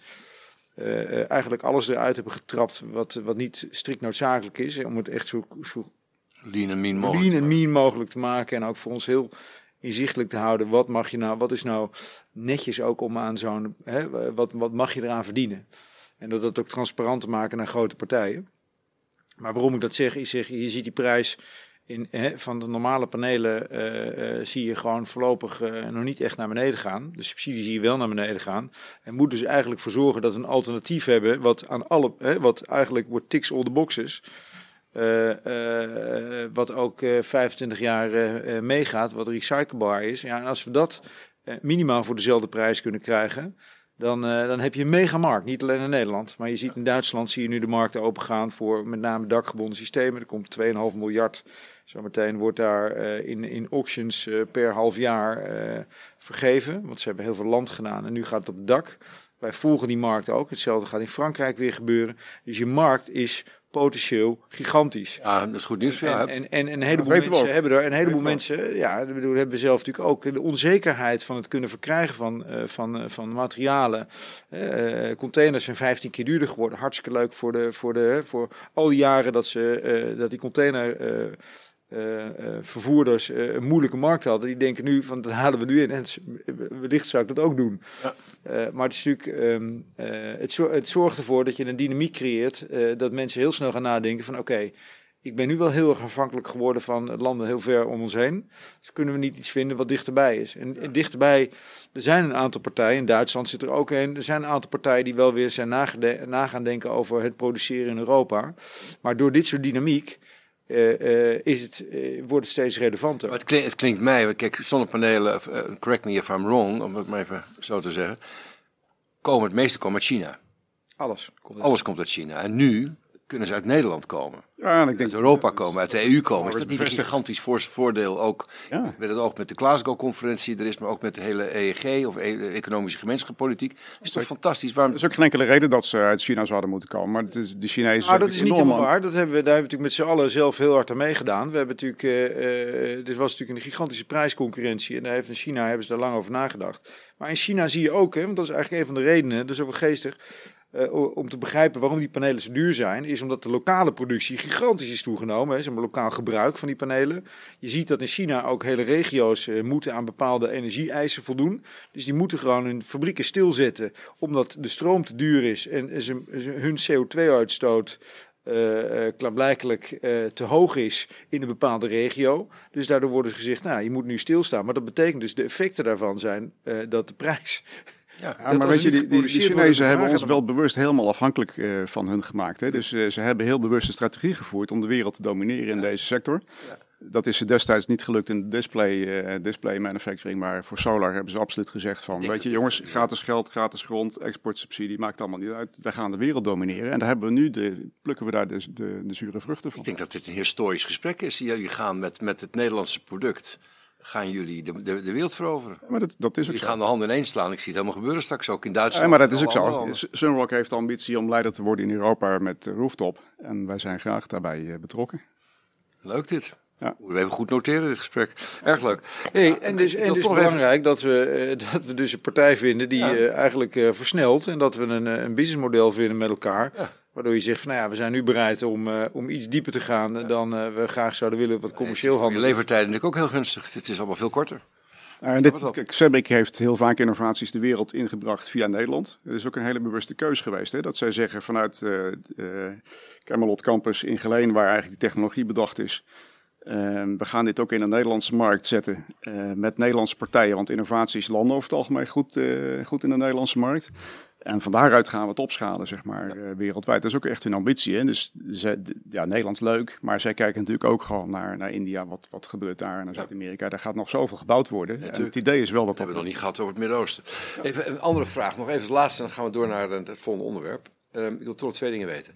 S1: uh, eigenlijk alles eruit hebben getrapt wat, wat niet strikt noodzakelijk is. Om het echt zo, zo
S6: lean en mean mogelijk,
S1: lean en mean mogelijk te maken. En ook voor ons heel inzichtelijk te houden. Wat mag je nou, wat is nou netjes ook om aan zo'n, hè, wat, wat mag je eraan verdienen? En dat dat ook transparant te maken naar grote partijen. Maar waarom ik dat zeg, is zeg, je ziet die prijs in, hè, van de normale panelen, uh, uh, zie je gewoon voorlopig uh, nog niet echt naar beneden gaan. De subsidie zie je wel naar beneden gaan. En moet dus eigenlijk voor zorgen dat we een alternatief hebben, wat aan alle, hè, wat eigenlijk wordt ticks all the boxes. Uh, uh, wat ook uh, vijfentwintig jaar uh, meegaat, wat recyclebaar is. Ja, en als we dat uh, minimaal voor dezelfde prijs kunnen krijgen, dan, uh, dan heb je een megamarkt. Niet alleen in Nederland, maar je ziet in Duitsland zie je nu de markten opengaan voor met name dakgebonden systemen. Er komt twee komma vijf miljard. Zometeen wordt daar uh, in, in auctions uh, per half jaar uh, vergeven, want ze hebben heel veel land gedaan en nu gaat het op het dak. Wij volgen die markt ook. Hetzelfde gaat in Frankrijk weer gebeuren. Dus je markt is potentieel gigantisch.
S6: Ja, dat is goed nieuws voor jou.
S1: En, en, en een heleboel mensen hebben er, een heleboel mensen, ja, dat bedoel, hebben we zelf natuurlijk ook de onzekerheid van het kunnen verkrijgen van, uh, van, uh, van materialen. Uh, containers zijn vijftien keer duurder geworden. Hartstikke leuk voor de, voor de, voor al die jaren dat ze, uh, dat die container uh, Uh, uh, vervoerders uh, een moeilijke markt hadden. Die denken nu van dat halen we nu in en wellicht zou ik dat ook doen. Ja. Uh, maar het is natuurlijk um, uh, het, zo- het zorgt ervoor dat je een dynamiek creëert uh, dat mensen heel snel gaan nadenken van oké, okay, ik ben nu wel heel erg afhankelijk geworden van landen heel ver om ons heen. Dus kunnen we niet iets vinden wat dichterbij is. En, en dichterbij, er zijn een aantal partijen, in Duitsland zit er ook een, er zijn een aantal partijen die wel weer zijn nagede- nagaan denken over het produceren in Europa. Maar door dit soort dynamiek Uh, uh, is het, uh, wordt het steeds relevanter.
S6: Maar het, klinkt, het klinkt mij, kijk, zonnepanelen, uh, correct me if I'm wrong, om het maar even zo te zeggen, komen het meeste komen uit China.
S1: Alles komt uit,
S6: Alles komt uit China. En nu kunnen ze uit Nederland komen.
S7: Ja, en ik denk
S6: uit Europa komen, uit de E U komen. Is dat niet een
S7: bevestigd.
S6: gigantisch voor- voordeel ook?
S7: Ja.
S6: Met het ook met de Glasgow-conferentie, er is maar ook met de hele E E G of e- economische gemeenschapspolitiek. Dat is toch fantastisch? Waarom...
S7: Er is ook geen enkele reden dat ze uit China zouden moeten komen. Maar het is, de Chinezen...
S1: Ah, dat is niet
S7: enorm
S1: helemaal
S7: aan-
S1: waar. Dat hebben we, daar hebben we natuurlijk met z'n allen zelf heel hard aan meegedaan. We hebben natuurlijk, uh, uh, dit was natuurlijk een gigantische prijsconcurrentie. En daar heeft in China hebben ze daar lang over nagedacht. Maar in China zie je ook, hè, want dat is eigenlijk een van de redenen, dat is ook wel geestig, Uh, om te begrijpen waarom die panelen zo duur zijn, is omdat de lokale productie gigantisch is toegenomen. Hè, zeg maar lokaal gebruik van die panelen. Je ziet dat in China ook hele regio's uh, moeten aan bepaalde energie-eisen voldoen. Dus die moeten gewoon hun fabrieken stilzetten, omdat de stroom te duur is en ze, ze, hun C O twee uitstoot Uh, uh, klaarblijkelijk uh, te hoog is in een bepaalde regio. Dus daardoor wordt gezegd, nou, je moet nu stilstaan. Maar dat betekent dus, de effecten daarvan zijn uh, dat de prijs...
S6: Ja,
S7: Ja, maar weet je, die, die, die Chinezen hebben ons wel bewust helemaal afhankelijk uh, van hun gemaakt. Hè? Dus uh, ze hebben heel bewust een strategie gevoerd om de wereld te domineren in ja. deze sector. Ja. Dat is ze destijds niet gelukt in de display, uh, display manufacturing, maar voor solar hebben ze absoluut gezegd van, weet je jongens, het, gratis geld, gratis grond, exportsubsidie, maakt allemaal niet uit. Wij gaan de wereld domineren en daar hebben we nu, de, plukken we daar de, de, de zure vruchten van.
S6: Ik denk dat dit een historisch gesprek is. Jullie gaan met, met het Nederlandse product, gaan jullie de, de, de wereld veroveren.
S7: Maar dat, dat is ook
S6: jullie
S7: zo.
S6: gaan de handen ineens slaan. Ik zie het helemaal gebeuren straks ook in Duitsland.
S7: Ja, maar dat is ook zo. Sunrock heeft de ambitie om leider te worden in Europa met rooftop. En wij zijn graag daarbij uh, betrokken.
S6: Leuk dit.
S7: Ja.
S6: Moeten we even goed noteren, dit gesprek. Erg leuk. Hey,
S1: en dus, en dus belangrijk even... dat, we, uh, dat we dus een partij vinden die ja. uh, eigenlijk uh, versnelt. En dat we een, een businessmodel vinden met elkaar. Ja. Waardoor je zegt van nou ja, we zijn nu bereid om, uh, om iets dieper te gaan ja. dan uh, we graag zouden willen wat commercieel nee, handelen.
S6: Je levertijd natuurlijk ook heel gunstig. Het is allemaal veel korter.
S7: Uh, en dit, Sabic heeft heel vaak innovaties de wereld ingebracht via Nederland. Het is ook een hele bewuste keuze geweest. Hè? Dat zij zeggen vanuit uh, uh, Camelot Campus in Geleen, waar eigenlijk die technologie bedacht is. Uh, we gaan dit ook in de Nederlandse markt zetten uh, met Nederlandse partijen. Want innovaties landen over het algemeen goed, uh, goed in de Nederlandse markt. En van daaruit gaan we het opschalen, zeg maar, uh, wereldwijd. Dat is ook echt hun ambitie. Hè? Dus ze, ja, Nederland leuk, maar zij kijken natuurlijk ook gewoon naar, naar India. Wat, wat gebeurt daar? En naar Zuid-Amerika. Daar gaat nog zoveel gebouwd worden. Ja, en het idee is wel dat...
S6: We hebben het nog niet gehad over het Midden-Oosten. Even een andere vraag. Nog even als laatste, dan gaan we door naar het volgende onderwerp. Um, ik wil toch twee dingen weten.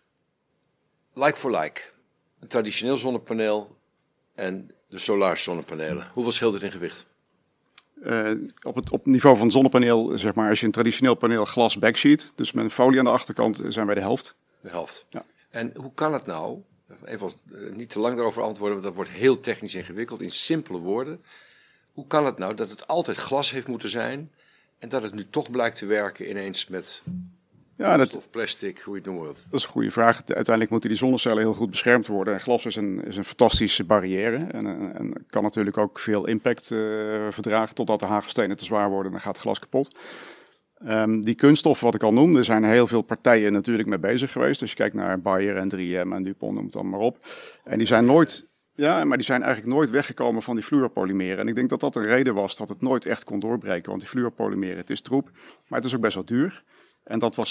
S6: Like for like. Een traditioneel zonnepaneel en de solar zonnepanelen. Hoeveel scheelt het in gewicht?
S7: Uh, op het op niveau van het zonnepaneel, zeg maar, als je een traditioneel paneel glas backsheet, dus met een folie aan de achterkant, zijn wij de helft.
S6: De helft.
S7: Ja.
S6: En hoe kan het nou, even als, uh, niet te lang daarover antwoorden, want dat wordt heel technisch ingewikkeld, in simpele woorden. Hoe kan het nou dat het altijd glas heeft moeten zijn en dat het nu toch blijkt te werken ineens met...
S7: Ja, dat,
S6: of plastic, hoe je het noemen wilt.
S7: Dat is een goede vraag. Uiteindelijk moeten die zonnecellen heel goed beschermd worden. En glas is een, is een fantastische barrière. En, en, en kan natuurlijk ook veel impact uh, verdragen. Totdat de hagelstenen te zwaar worden en dan gaat het glas kapot. Um, die kunststof, wat ik al noemde, zijn heel veel partijen natuurlijk mee bezig geweest. Als je kijkt naar Bayer en drie M en Dupont, noem het dan maar op. En die zijn nooit... Ja, maar die zijn eigenlijk nooit weggekomen van die fluorpolymeren. En ik denk dat dat een reden was dat het nooit echt kon doorbreken. Want die fluorpolymeren, het is troep, maar het is ook best wel duur. En dat was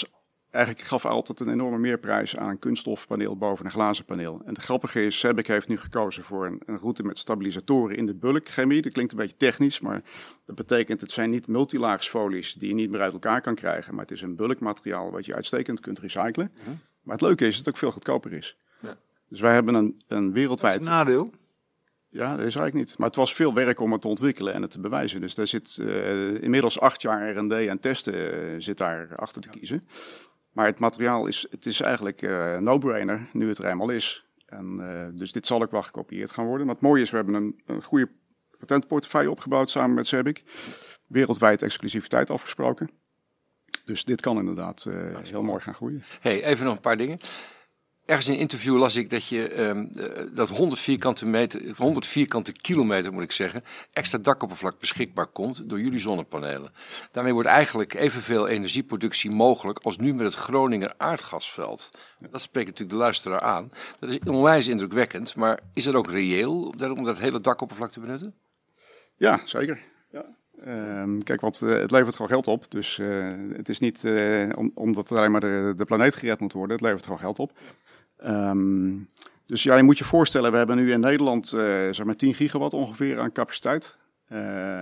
S7: eigenlijk gaf altijd een enorme meerprijs aan een kunststofpaneel boven een glazen paneel. En het grappige is, SABIC heeft nu gekozen voor een, een route met stabilisatoren in de bulkchemie. Dat klinkt een beetje technisch, maar dat betekent het zijn niet multilaagsfolies die je niet meer uit elkaar kan krijgen. Maar het is een bulkmateriaal wat je uitstekend kunt recyclen. Uh-huh. Maar het leuke is dat het ook veel goedkoper is. Ja. Dus wij hebben een, een wereldwijd...
S1: Dat is een nadeel.
S7: Ja, dat is eigenlijk niet. Maar het was veel werk om het te ontwikkelen en het te bewijzen. Dus daar zit uh, inmiddels acht jaar R en D en testen uh, zit daar achter te kiezen. Maar het materiaal is, het is eigenlijk uh, een no-brainer, nu het er eenmaal is. En, uh, dus dit zal ook wel gekopieerd gaan worden. Maar het mooie is, we hebben een, een goede patentportefeuille opgebouwd samen met SABIC. Wereldwijd exclusiviteit afgesproken. Dus dit kan inderdaad uh, heel mooi gaan groeien.
S6: Hey, even nog een paar dingen. Ergens in een interview las ik dat je um, dat honderd vierkante meter, honderd vierkante kilometer moet ik zeggen, extra dakoppervlak beschikbaar komt door jullie zonnepanelen. Daarmee wordt eigenlijk evenveel energieproductie mogelijk als nu met het Groninger aardgasveld. Dat spreekt natuurlijk de luisteraar aan. Dat is onwijs indrukwekkend, maar is dat ook reëel om dat hele dakoppervlak te benutten?
S7: Ja, zeker. Ja. Um, kijk, want uh, het levert gewoon geld op. Dus uh, het is niet uh, om, omdat alleen maar de, de planeet gered moet worden. Het levert gewoon geld op. Um, dus ja, je moet je voorstellen, we hebben nu in Nederland uh, zeg maar tien gigawatt ongeveer aan capaciteit. Uh,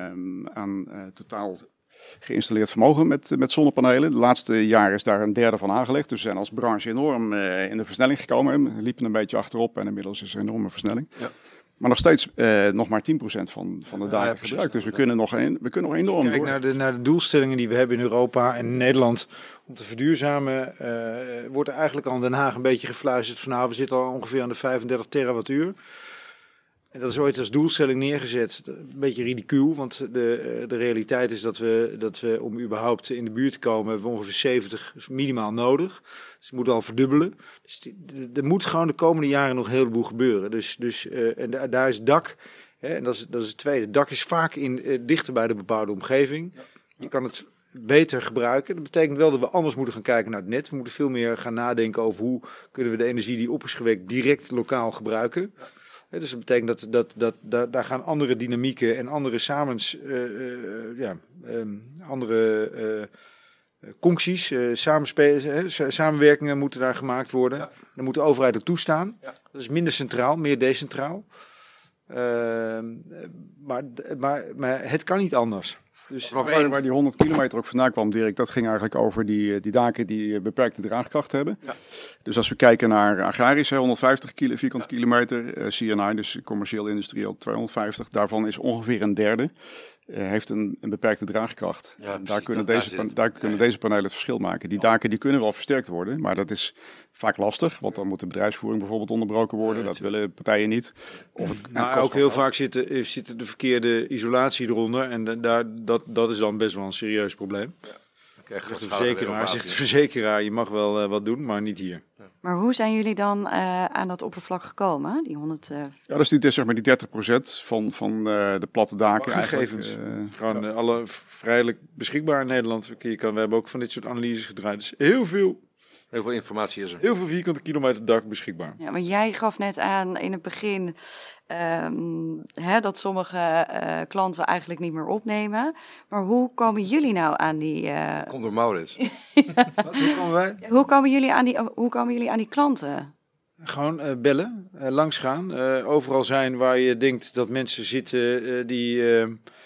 S7: aan uh, totaal geïnstalleerd vermogen met, met zonnepanelen. De laatste jaren is daar een derde van aangelegd. Dus we zijn als branche enorm uh, in de versnelling gekomen. We liepen een beetje achterop en inmiddels is er een enorme versnelling. Ja. Maar nog steeds uh, nog maar tien procent van, van de daken ja, ja, gebruikt. Dus we kunnen nog, een, we kunnen nog enorm
S1: Kijk door. Naar de, naar de doelstellingen die we hebben in Europa en in Nederland om te verduurzamen. Uh, wordt er eigenlijk al in Den Haag een beetje gefluisterd van nou, we zitten al ongeveer aan de vijfendertig terawattuur. En dat is ooit als doelstelling neergezet. Een beetje ridicuul, want de, de realiteit is dat we, dat we om überhaupt in de buurt te komen, hebben we ongeveer zeventig minimaal nodig. Dus het moet al verdubbelen. Dus er moet gewoon de komende jaren nog een heleboel gebeuren. Dus, dus, uh, en da, daar is dak, hè, en dat is, dat is het tweede. Dak is vaak in, uh, dichter bij de bebouwde omgeving. Je kan het beter gebruiken. Dat betekent wel dat we anders moeten gaan kijken naar het net. We moeten veel meer gaan nadenken over hoe kunnen we de energie die op is gewekt direct lokaal gebruiken. Ja. Dus dat betekent dat, dat, dat, dat daar gaan andere dynamieken en andere samens, uh, uh, ja, um, andere uh, functies, uh, samenspelen, uh, samenwerkingen moeten daar gemaakt worden. Ja. Dan moet de overheid ook toestaan. Ja. Dat is minder centraal, meer decentraal. Uh, maar, maar, maar het kan niet anders.
S7: Dus waar, waar die honderd kilometer ook vandaan kwam, Dirk, dat ging eigenlijk over die, die daken die beperkte draagkracht hebben. Ja. Dus als we kijken naar agrarisch, honderdvijftig kilo, vierkante ja. kilometer, uh, C N I, dus commercieel industrie ook tweehonderdvijftig, daarvan is ongeveer een derde, uh, heeft een, een beperkte draagkracht. Ja, precies, daar kunnen, deze, daar, daar kunnen ja. deze panelen het verschil maken. Die daken die kunnen wel versterkt worden, maar dat is vaak lastig, want dan moet de bedrijfsvoering bijvoorbeeld onderbroken worden. Ja, dat willen partijen niet. Of het,
S1: nou, het ook heel vaak zitten, zitten de verkeerde isolatie eronder en de, daar, dat, dat is dan best wel een serieus probleem. Ja. Zegt de verzekeraar, zegt de verzekeraar, je mag wel uh, wat doen, maar niet hier. Ja.
S8: Maar hoe zijn jullie dan uh, aan dat oppervlak gekomen? Die honderd. Uh...
S7: Ja, dat is die, zeg maar die dertig procent van, van uh, de platte daken.
S1: Gegevens. Uh, Gewoon ja. alle vrijelijk beschikbaar in Nederland. Je kan, we hebben ook van dit soort analyses gedraaid. Dus heel veel.
S6: Heel veel informatie is er.
S1: Heel veel vierkante kilometer dak beschikbaar.
S8: Ja, maar jij gaf net aan in het begin um, hè, dat sommige uh, klanten eigenlijk niet meer opnemen. Maar hoe komen jullie nou aan die... Uh...
S6: Komt door Maurits.
S8: ja. Wat, hoe, komen wij? hoe, komen jullie aan die, hoe komen jullie aan die klanten?
S1: Gewoon uh, bellen, uh, langsgaan. Uh, overal zijn waar je denkt dat mensen zitten uh, die... Uh,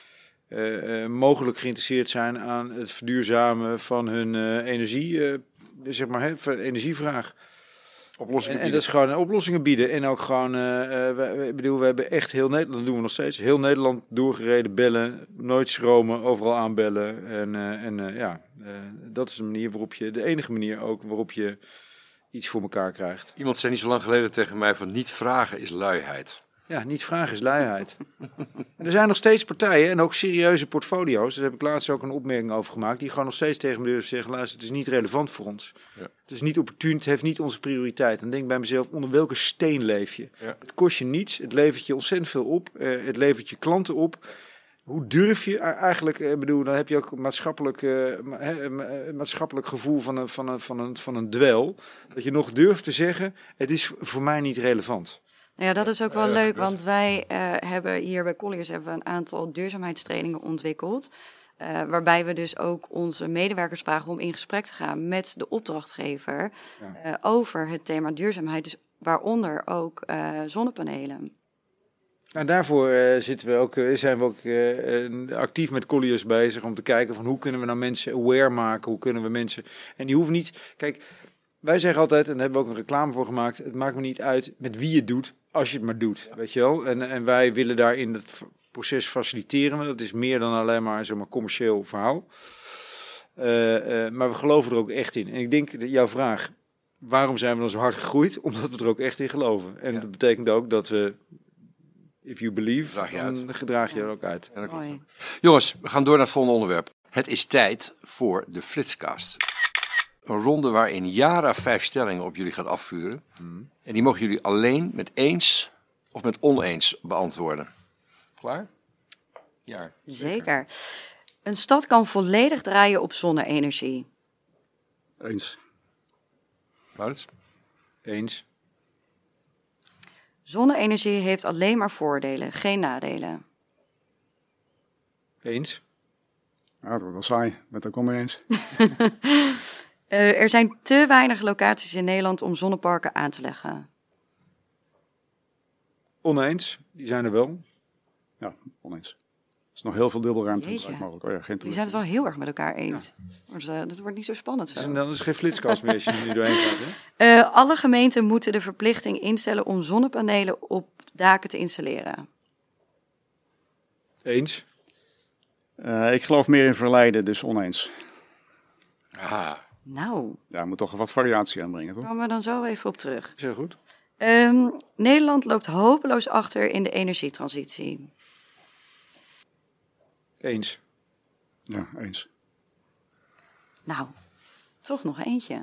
S1: Uh, uh, mogelijk geïnteresseerd zijn aan het verduurzamen van hun uh, energie, uh, zeg maar, hè, energievraag.
S7: Oplossingen
S1: en, en dat is gewoon oplossingen bieden. En ook gewoon, uh, uh, we, ik bedoel, we hebben echt heel Nederland, dat doen we nog steeds, heel Nederland doorgereden, bellen, nooit schromen, overal aanbellen. En, uh, en uh, ja, uh, dat is de manier waarop je, de enige manier ook waarop je iets voor elkaar krijgt.
S6: Iemand zei niet zo lang geleden tegen mij van niet vragen is luiheid.
S1: Ja, niet vragen is luiheid. En er zijn nog steeds partijen en ook serieuze portfolio's, daar heb ik laatst ook een opmerking over gemaakt, die gewoon nog steeds tegen me durven zeggen, luister, het is niet relevant voor ons. Ja. Het is niet opportun, het heeft niet onze prioriteit. Dan denk ik bij mezelf, onder welke steen leef je? Ja. Het kost je niets, het levert je ontzettend veel op, uh, het levert je klanten op. Hoe durf je eigenlijk, ik bedoel, dan heb je ook maatschappelijk, uh, ma- ma- maatschappelijk gevoel van een, van, een, van, een, van een dwel, dat je nog durft te zeggen, het is voor mij niet relevant.
S8: Nou ja, dat is ook wel ja, leuk, want wij uh, hebben hier bij Colliers hebben we een aantal duurzaamheidstrainingen ontwikkeld. Uh, waarbij we dus ook onze medewerkers vragen om in gesprek te gaan met de opdrachtgever ja. uh, over het thema duurzaamheid. Dus waaronder ook uh, zonnepanelen.
S1: Nou, daarvoor uh, zitten we ook, uh, zijn we ook uh, actief met Colliers bezig om te kijken van hoe kunnen we nou mensen aware maken, hoe kunnen we mensen... En die hoeven niet... Kijk, wij zeggen altijd, en daar hebben we ook een reclame voor gemaakt, het maakt me niet uit met wie je het doet, als je het maar doet, ja. weet je wel. En, en wij willen daarin het proces faciliteren, dat is meer dan alleen maar zo'n commercieel verhaal. Uh, uh, maar we geloven er ook echt in. En ik denk, dat jouw vraag, waarom zijn we dan zo hard gegroeid? Omdat we er ook echt in geloven. En ja. dat betekent ook dat we... If you believe, Draag je dan uit. gedraag je ja. er ook uit.
S6: Ja, jongens, we gaan door naar het volgende onderwerp. Het is tijd voor de Flitscast. Een ronde waarin Jara vijf stellingen op jullie gaat afvuren. Hmm. En die mogen jullie alleen met eens of met oneens beantwoorden. Klaar? Ja.
S8: Zeker. Een stad kan volledig draaien op zonne-energie.
S7: Eens.
S6: Maurits?
S1: Eens.
S8: Zonne-energie heeft alleen maar voordelen, geen nadelen.
S1: Eens.
S7: Ja, dat wordt wel saai. Ik ben het ook wel mee eens.
S8: uh, er zijn te weinig locaties in Nederland om zonneparken aan te leggen.
S1: Oneens. Die zijn er wel.
S7: Ja, oneens. Er is nog heel veel dubbelruimte mogelijk. Oh ja, geen
S8: die zijn het wel heel erg met elkaar eens. Ja. Dus, uh, dat wordt niet zo spannend zo.
S1: Dus dan is geen flitskast meer als je er nu doorheen gaat. Hè?
S8: Uh, alle gemeenten moeten de verplichting instellen om zonnepanelen op daken te installeren.
S1: Eens.
S7: Uh, ik geloof meer in verleiden, dus oneens.
S6: Aha.
S8: Nou.
S7: Ja, moet toch wat variatie aanbrengen, toch?
S8: Daar komen we dan zo even op terug.
S1: Zeer goed.
S8: Um, Nederland loopt hopeloos achter in de energietransitie.
S1: Eens.
S7: Ja, eens.
S8: Nou, toch nog eentje.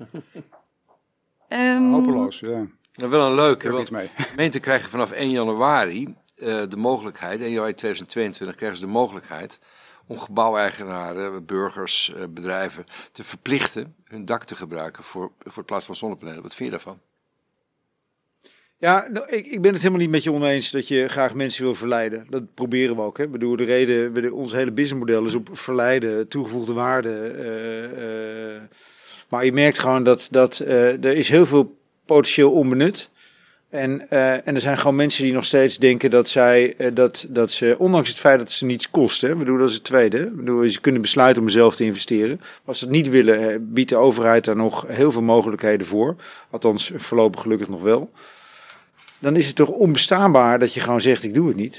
S7: um, Hopeloos, ja.
S6: Nou, wel een leuke,
S7: want
S6: gemeenten krijgen vanaf één januari uh, de mogelijkheid, één januari tweeduizend tweeëntwintig krijgen ze de mogelijkheid om gebouweigenaren, burgers, uh, bedrijven te verplichten hun dak te gebruiken voor, voor het plaatsen van zonnepanelen. Wat vind je daarvan?
S1: Ja, nou, ik, ik ben het helemaal niet met je oneens dat je graag mensen wil verleiden. Dat proberen we ook. Hè. Ik bedoel, de reden, we, ons hele businessmodel is op verleiden, toegevoegde waarde. Uh, uh, maar je merkt gewoon dat, dat uh, er is heel veel potentieel onbenut. En, uh, en er zijn gewoon mensen die nog steeds denken dat zij, uh, dat, dat ze, ondanks het feit dat ze niets kosten, hè, bedoel, dat is het tweede. Ik bedoel, ze kunnen besluiten om zelf te investeren. Maar als ze het niet willen, uh, biedt de overheid daar nog heel veel mogelijkheden voor. Althans, voorlopig gelukkig nog wel. Dan is het toch onbestaanbaar dat je gewoon zegt, ik doe het niet.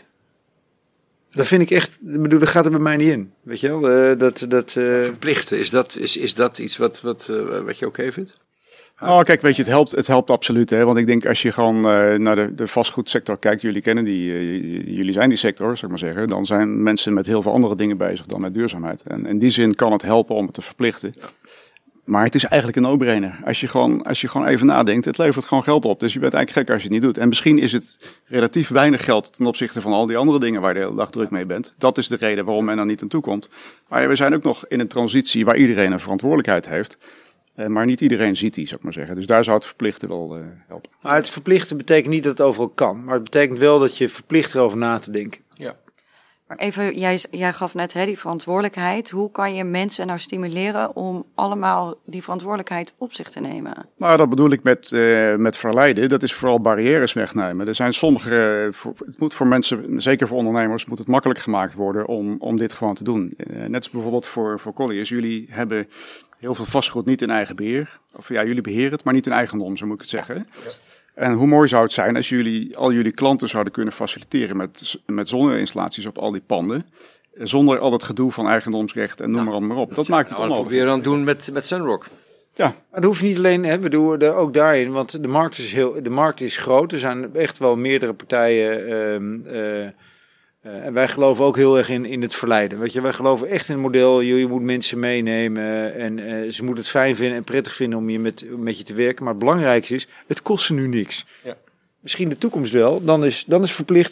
S1: Dat vind ik echt, ik bedoel, dat gaat er bij mij niet in. Weet je wel? Uh, dat, dat, uh...
S6: Verplichten, is dat, is, is dat iets wat, wat, uh, wat je oké okay vindt?
S7: Oh, kijk, weet je, het helpt, het helpt absoluut. Hè? Want ik denk, als je gewoon uh, naar de, de vastgoedsector kijkt, jullie kennen die, uh, jullie zijn die sector, zou ik maar zeggen. Dan zijn mensen met heel veel andere dingen bezig dan met duurzaamheid. En in die zin kan het helpen om het te verplichten. Ja. Maar het is eigenlijk een no-brainer. Als je, gewoon, als je gewoon even nadenkt, het levert gewoon geld op. Dus je bent eigenlijk gek als je het niet doet. En misschien is het relatief weinig geld ten opzichte van al die andere dingen waar je de hele dag druk mee bent. Dat is de reden waarom men er niet aan toe komt. Maar we zijn ook nog in een transitie waar iedereen een verantwoordelijkheid heeft. Maar niet iedereen ziet die, zou ik maar zeggen. Dus daar zou het verplichten wel uh, helpen.
S1: Maar het verplichten betekent niet dat het overal kan. Maar het betekent wel dat je verplicht erover na te denken.
S6: Ja.
S8: Maar even, jij, jij gaf net hè, die verantwoordelijkheid. Hoe kan je mensen nou stimuleren om allemaal die verantwoordelijkheid op zich te nemen?
S7: Nou, dat bedoel ik met, uh, met verleiden. Dat is vooral barrières wegnemen. Er zijn sommige, uh, voor, het moet voor mensen, zeker voor ondernemers, moet het makkelijk gemaakt worden om, om dit gewoon te doen. Uh, net als bijvoorbeeld voor, voor Colliers. Jullie hebben heel veel vastgoed niet in eigen beheer. Of ja, jullie beheren het, maar niet in eigendom, zo moet ik het zeggen. Ja. En hoe mooi zou het zijn als jullie al jullie klanten zouden kunnen faciliteren met, met zonneinstallaties op al die panden. Zonder al het gedoe van eigendomsrecht en noem nou, maar, maar op. Dat, dat maakt het
S6: nou,
S7: onmogelijk.
S6: Dat proberen we dan doen met, met Sunrock.
S1: Ja, maar dat hoeft niet alleen, hè, we doen er ook daarin, want de markt is heel, de markt is groot. Er zijn echt wel meerdere partijen. Uh, uh, Uh, en wij geloven ook heel erg in, in het verleiden. Weet je, wij geloven echt in het model. Je, je moet mensen meenemen en uh, ze moeten het fijn vinden en prettig vinden om je met, met je te werken. Maar het belangrijkste is, het kost ze nu niks. Ja. Misschien de toekomst wel. Dan is, dan is verplicht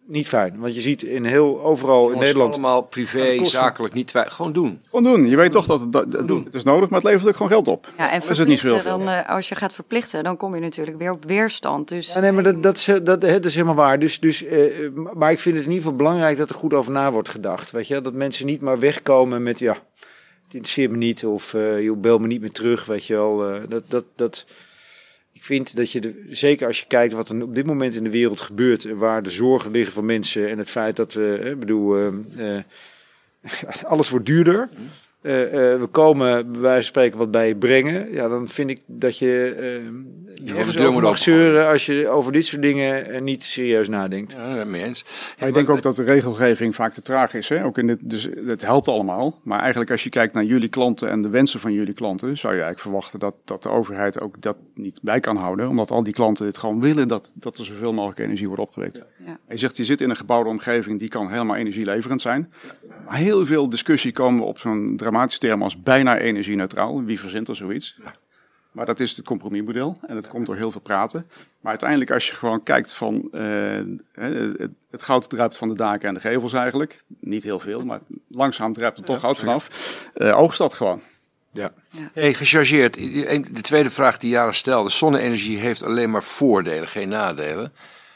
S1: niet fijn. Want je ziet in heel overal in Nederland...
S6: allemaal privé, zakelijk, niet twijfel. Gewoon doen.
S7: Gewoon doen. Je weet toch dat het, dat, dat,
S6: doen.
S7: het is nodig, maar het levert ook gewoon geld op.
S8: Ja, en
S7: is het niet
S8: verplichten,
S7: zoveel.
S8: dan, uh, als je gaat verplichten, dan kom je natuurlijk weer op weerstand. Dus...
S1: Ja, nee, maar dat, dat, is, dat, dat is helemaal waar. Dus, dus, uh, maar ik vind het in ieder geval belangrijk dat er goed over na wordt gedacht. Weet je? Dat mensen niet maar wegkomen met, ja, het interesseert me niet. Of uh, joh, bel me niet meer terug, weet je wel. Uh, dat, dat, dat, ik vind dat je, de, zeker als je kijkt wat er op dit moment in de wereld gebeurt, waar de zorgen liggen van mensen en het feit dat we, ik bedoel, uh, uh, alles wordt duurder. Uh, uh, we komen bij wijze van spreken wat bij je brengen. Ja, dan vind ik dat je uh, nergens over mag zeuren als je over dit soort dingen uh, niet serieus nadenkt.
S6: Ja, dat mee eens.
S7: Ja, ik denk ook dat de regelgeving vaak te traag is. Hè? Ook in dit, dus het helpt allemaal. Maar eigenlijk als je kijkt naar jullie klanten en de wensen van jullie klanten, zou je eigenlijk verwachten dat, dat de overheid ook dat niet bij kan houden. Omdat al die klanten dit gewoon willen dat, dat er zoveel mogelijk energie wordt opgewekt. Ja. Je zegt, je zit in een gebouwde omgeving die kan helemaal energieleverend zijn. Maar heel veel discussie komen we op zo'n dramatische term als bijna energie-neutraal. Wie verzint er zoiets? Ja. Maar dat is het compromismodel en dat komt door heel veel praten. Maar uiteindelijk als je gewoon kijkt van uh, het, het goud druipt van de daken en de gevels eigenlijk. Niet heel veel, maar langzaam druipt er toch goud vanaf. Uh, oogst dat gewoon.
S1: Ja.
S6: Ja. Hey, gechargeerd. De tweede vraag die Jara stelde. Zonne-energie heeft alleen maar voordelen, geen nadelen.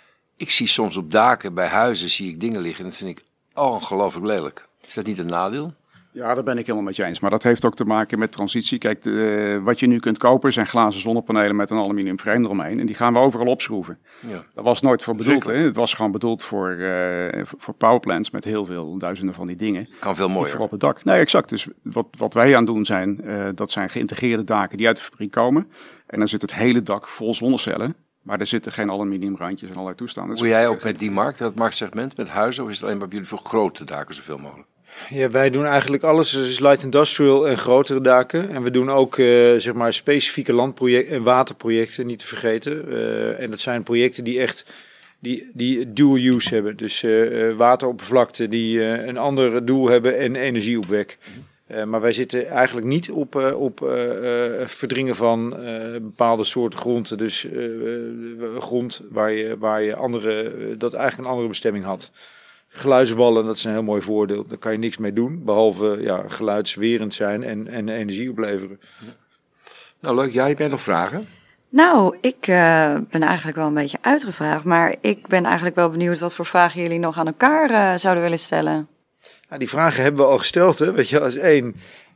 S6: Ik zie soms op daken bij huizen zie ik dingen liggen en dat vind ik ongelooflijk lelijk. Is dat niet een nadeel?
S7: Ja, dat ben ik helemaal met je eens. Maar dat heeft ook te maken met transitie. Kijk, de, wat je nu kunt kopen zijn glazen zonnepanelen met een aluminium frame eromheen. En die gaan we overal opschroeven. Ja. Dat was nooit voor bedoeld. Hè? Het was gewoon bedoeld voor, uh, voor powerplants met heel veel duizenden van die dingen.
S6: Kan veel mooier.
S7: Niet voor op het dak. Nee, exact. Dus wat, wat wij aan het doen zijn, uh, dat zijn geïntegreerde daken die uit de fabriek komen. En dan zit het hele dak vol zonnecellen. Maar er zitten geen aluminiumrandjes en allerlei toestanden.
S6: Hoe jij ook met die markt, dat marktsegment, met huizen, of is het alleen maar bij jullie voor grote daken zoveel mogelijk?
S1: Ja, wij doen eigenlijk alles, dus light industrial en grotere daken. En we doen ook uh, zeg maar specifieke landprojecten en waterprojecten, niet te vergeten. Uh, en dat zijn projecten die echt die, die dual use hebben. Dus uh, wateroppervlakte die uh, een ander doel hebben en energieopwek. Uh, maar wij zitten eigenlijk niet op, uh, op uh, uh, verdringen van uh, bepaalde soorten gronden. Dus uh, grond waar je, waar je andere, uh, dat eigenlijk een andere bestemming had. Geluidswallen, dat is een heel mooi voordeel. Daar kan je niks mee doen, behalve ja, geluidswerend zijn en, en energie opleveren.
S6: Ja. Nou leuk, jij hebt nog vragen?
S8: Nou, ik uh, ben eigenlijk wel een beetje uitgevraagd, maar ik ben eigenlijk wel benieuwd wat voor vragen jullie nog aan elkaar uh, zouden willen stellen.
S1: Nou, die vragen hebben we al gesteld, hè? Weet je, als één,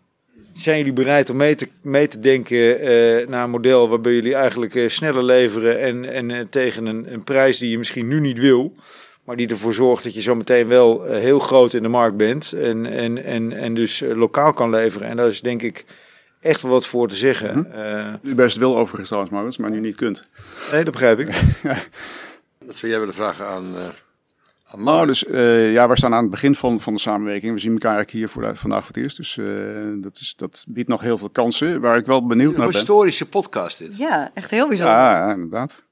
S1: zijn jullie bereid om mee te, mee te denken uh, naar een model waarbij jullie eigenlijk uh, sneller leveren en, en uh, tegen een, een prijs die je misschien nu niet wil, maar die ervoor zorgt dat je zo meteen wel uh, heel groot in de markt bent en, en, en, en dus uh, lokaal kan leveren. En daar is denk ik echt wel wat voor te zeggen.
S7: Mm-hmm. Uh, U best wil overigens trouwens, Maurits, maar nu niet kunt.
S1: Nee, dat begrijp ik.
S6: Dat zou jij willen vragen aan... Uh...
S7: Nou, dus uh, ja, we staan aan het begin van, van de samenwerking. We zien elkaar eigenlijk hier voor de, vandaag voor het eerst. Dus uh, dat, is, dat biedt nog heel veel kansen. Waar ik wel benieuwd naar ben.
S6: Een historische podcast dit.
S8: Ja, echt heel bijzonder.
S7: Ja, ja inderdaad.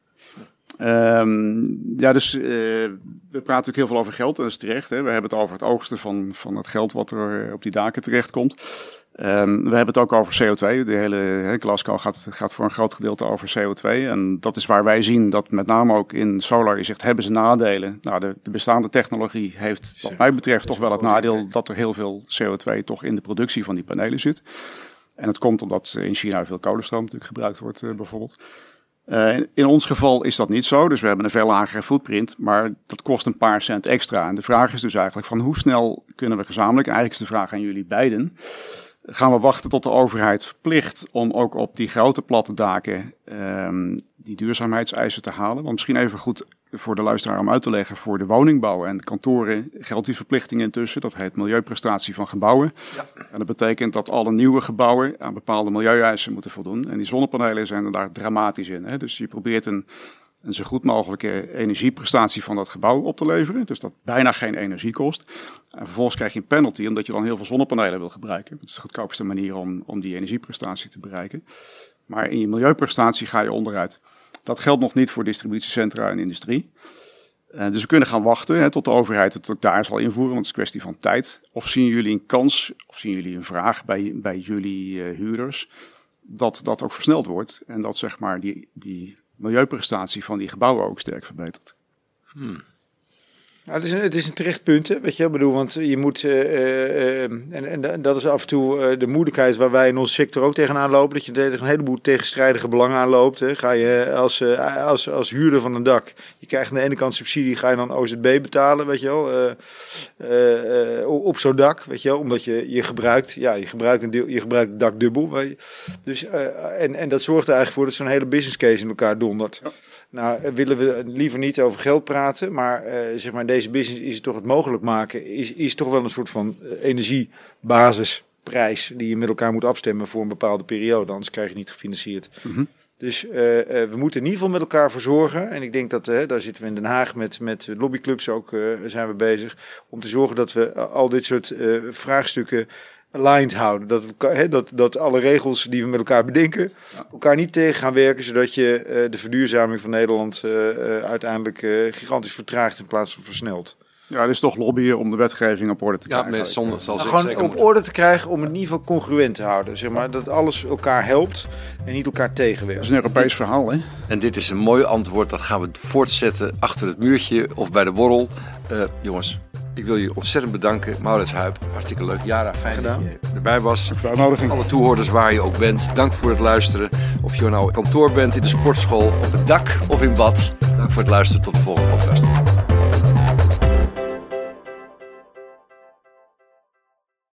S7: Um, ja, dus uh, we praten natuurlijk heel veel over geld. En dat is terecht. Hè. We hebben het over het oogsten van, van het geld wat er op die daken terechtkomt. Um, we hebben het ook over C O twee. De hele he, Glasgow gaat, gaat voor een groot gedeelte over C O twee. En dat is waar wij zien dat met name ook in solar, je zegt, hebben ze nadelen. Nou, de, de bestaande technologie heeft wat mij betreft toch wel het nadeel dat er heel veel C O twee toch in de productie van die panelen zit. En dat komt omdat in China veel kolenstroom natuurlijk gebruikt wordt uh, bijvoorbeeld. Uh, in, in ons geval is dat niet zo, dus we hebben een veel lagere footprint, maar dat kost een paar cent extra. En de vraag is dus eigenlijk van hoe snel kunnen we gezamenlijk, eigenlijk is de vraag aan jullie beiden, gaan we wachten tot de overheid verplicht om ook op die grote platte daken um, die duurzaamheidseisen te halen. Want misschien even goed voor de luisteraar om uit te leggen, voor de woningbouw en de kantoren geldt die verplichting intussen. Dat heet milieuprestatie van gebouwen. Ja. En dat betekent dat alle nieuwe gebouwen aan bepaalde milieueisen moeten voldoen. En die zonnepanelen zijn er daar dramatisch in. Hè? Dus je probeert een, een zo goed mogelijke energieprestatie van dat gebouw op te leveren. Dus dat bijna geen energie kost. En vervolgens krijg je een penalty omdat je dan heel veel zonnepanelen wil gebruiken. Dat is de goedkoopste manier om, om die energieprestatie te bereiken. Maar in je milieuprestatie ga je onderuit. Dat geldt nog niet voor distributiecentra en industrie. Uh, dus we kunnen gaan wachten hè, tot de overheid het ook daar zal invoeren, want het is een kwestie van tijd. Of zien jullie een kans, of zien jullie een vraag bij, bij jullie uh, huurders, dat dat ook versneld wordt en dat zeg maar die, die milieuprestatie van die gebouwen ook sterk verbetert?
S6: Hmm.
S1: Ja, het, is een, het is een terecht punt, hè, weet je, ik bedoel, want je moet, uh, uh, en, en dat is af en toe uh, de moeilijkheid waar wij in onze sector ook tegenaan lopen, dat je tegen een heleboel tegenstrijdige belangen aanloopt. Hè. Ga je als, uh, als, als huurder van een dak, je krijgt aan de ene kant subsidie, ga je dan O Z B betalen, weet je wel, uh, uh, uh, op zo'n dak, weet je wel, omdat je, je gebruikt, ja, je gebruikt, een deel, je gebruikt het dak dubbel, weet je. Dus, uh, en, en dat zorgt er eigenlijk voor dat zo'n hele business case in elkaar dondert. Ja. Nou, willen we liever niet over geld praten, maar uh, zeg maar, deze business is het toch het mogelijk maken, is, is toch wel een soort van uh, energiebasisprijs die je met elkaar moet afstemmen voor een bepaalde periode, anders krijg je niet gefinancierd. Mm-hmm. Dus uh, uh, we moeten in ieder geval met elkaar voor zorgen, en ik denk dat, uh, daar zitten we in Den Haag met, met lobbyclubs ook, uh, zijn we bezig, om te zorgen dat we uh, al dit soort uh, vraagstukken aligned houden. Dat, he, dat, dat alle regels die we met elkaar bedenken, elkaar niet tegen gaan werken, zodat je uh, de verduurzaming van Nederland uh, uh, uiteindelijk uh, gigantisch vertraagt in plaats van versnelt.
S7: Ja, het is toch lobbyen om de wetgeving op orde te krijgen.
S6: Ja, met zonder, zal
S1: nou, gewoon op orde te krijgen om het in ieder geval congruent te houden. Zeg maar, dat alles elkaar helpt en niet elkaar tegenwerkt.
S7: Dat is een Europees verhaal, hè?
S6: En dit is een mooi antwoord. Dat gaan we voortzetten achter het muurtje of bij de borrel. Uh, jongens, ik wil je ontzettend bedanken. Maurits Huip, hartstikke leuk. Jara, fijn gedaan dat je erbij was. Alle toehoorders waar je ook bent, dank voor het luisteren. Of je nou op kantoor bent, in de sportschool, op het dak of in bad. Dank voor het luisteren. Tot de volgende podcast.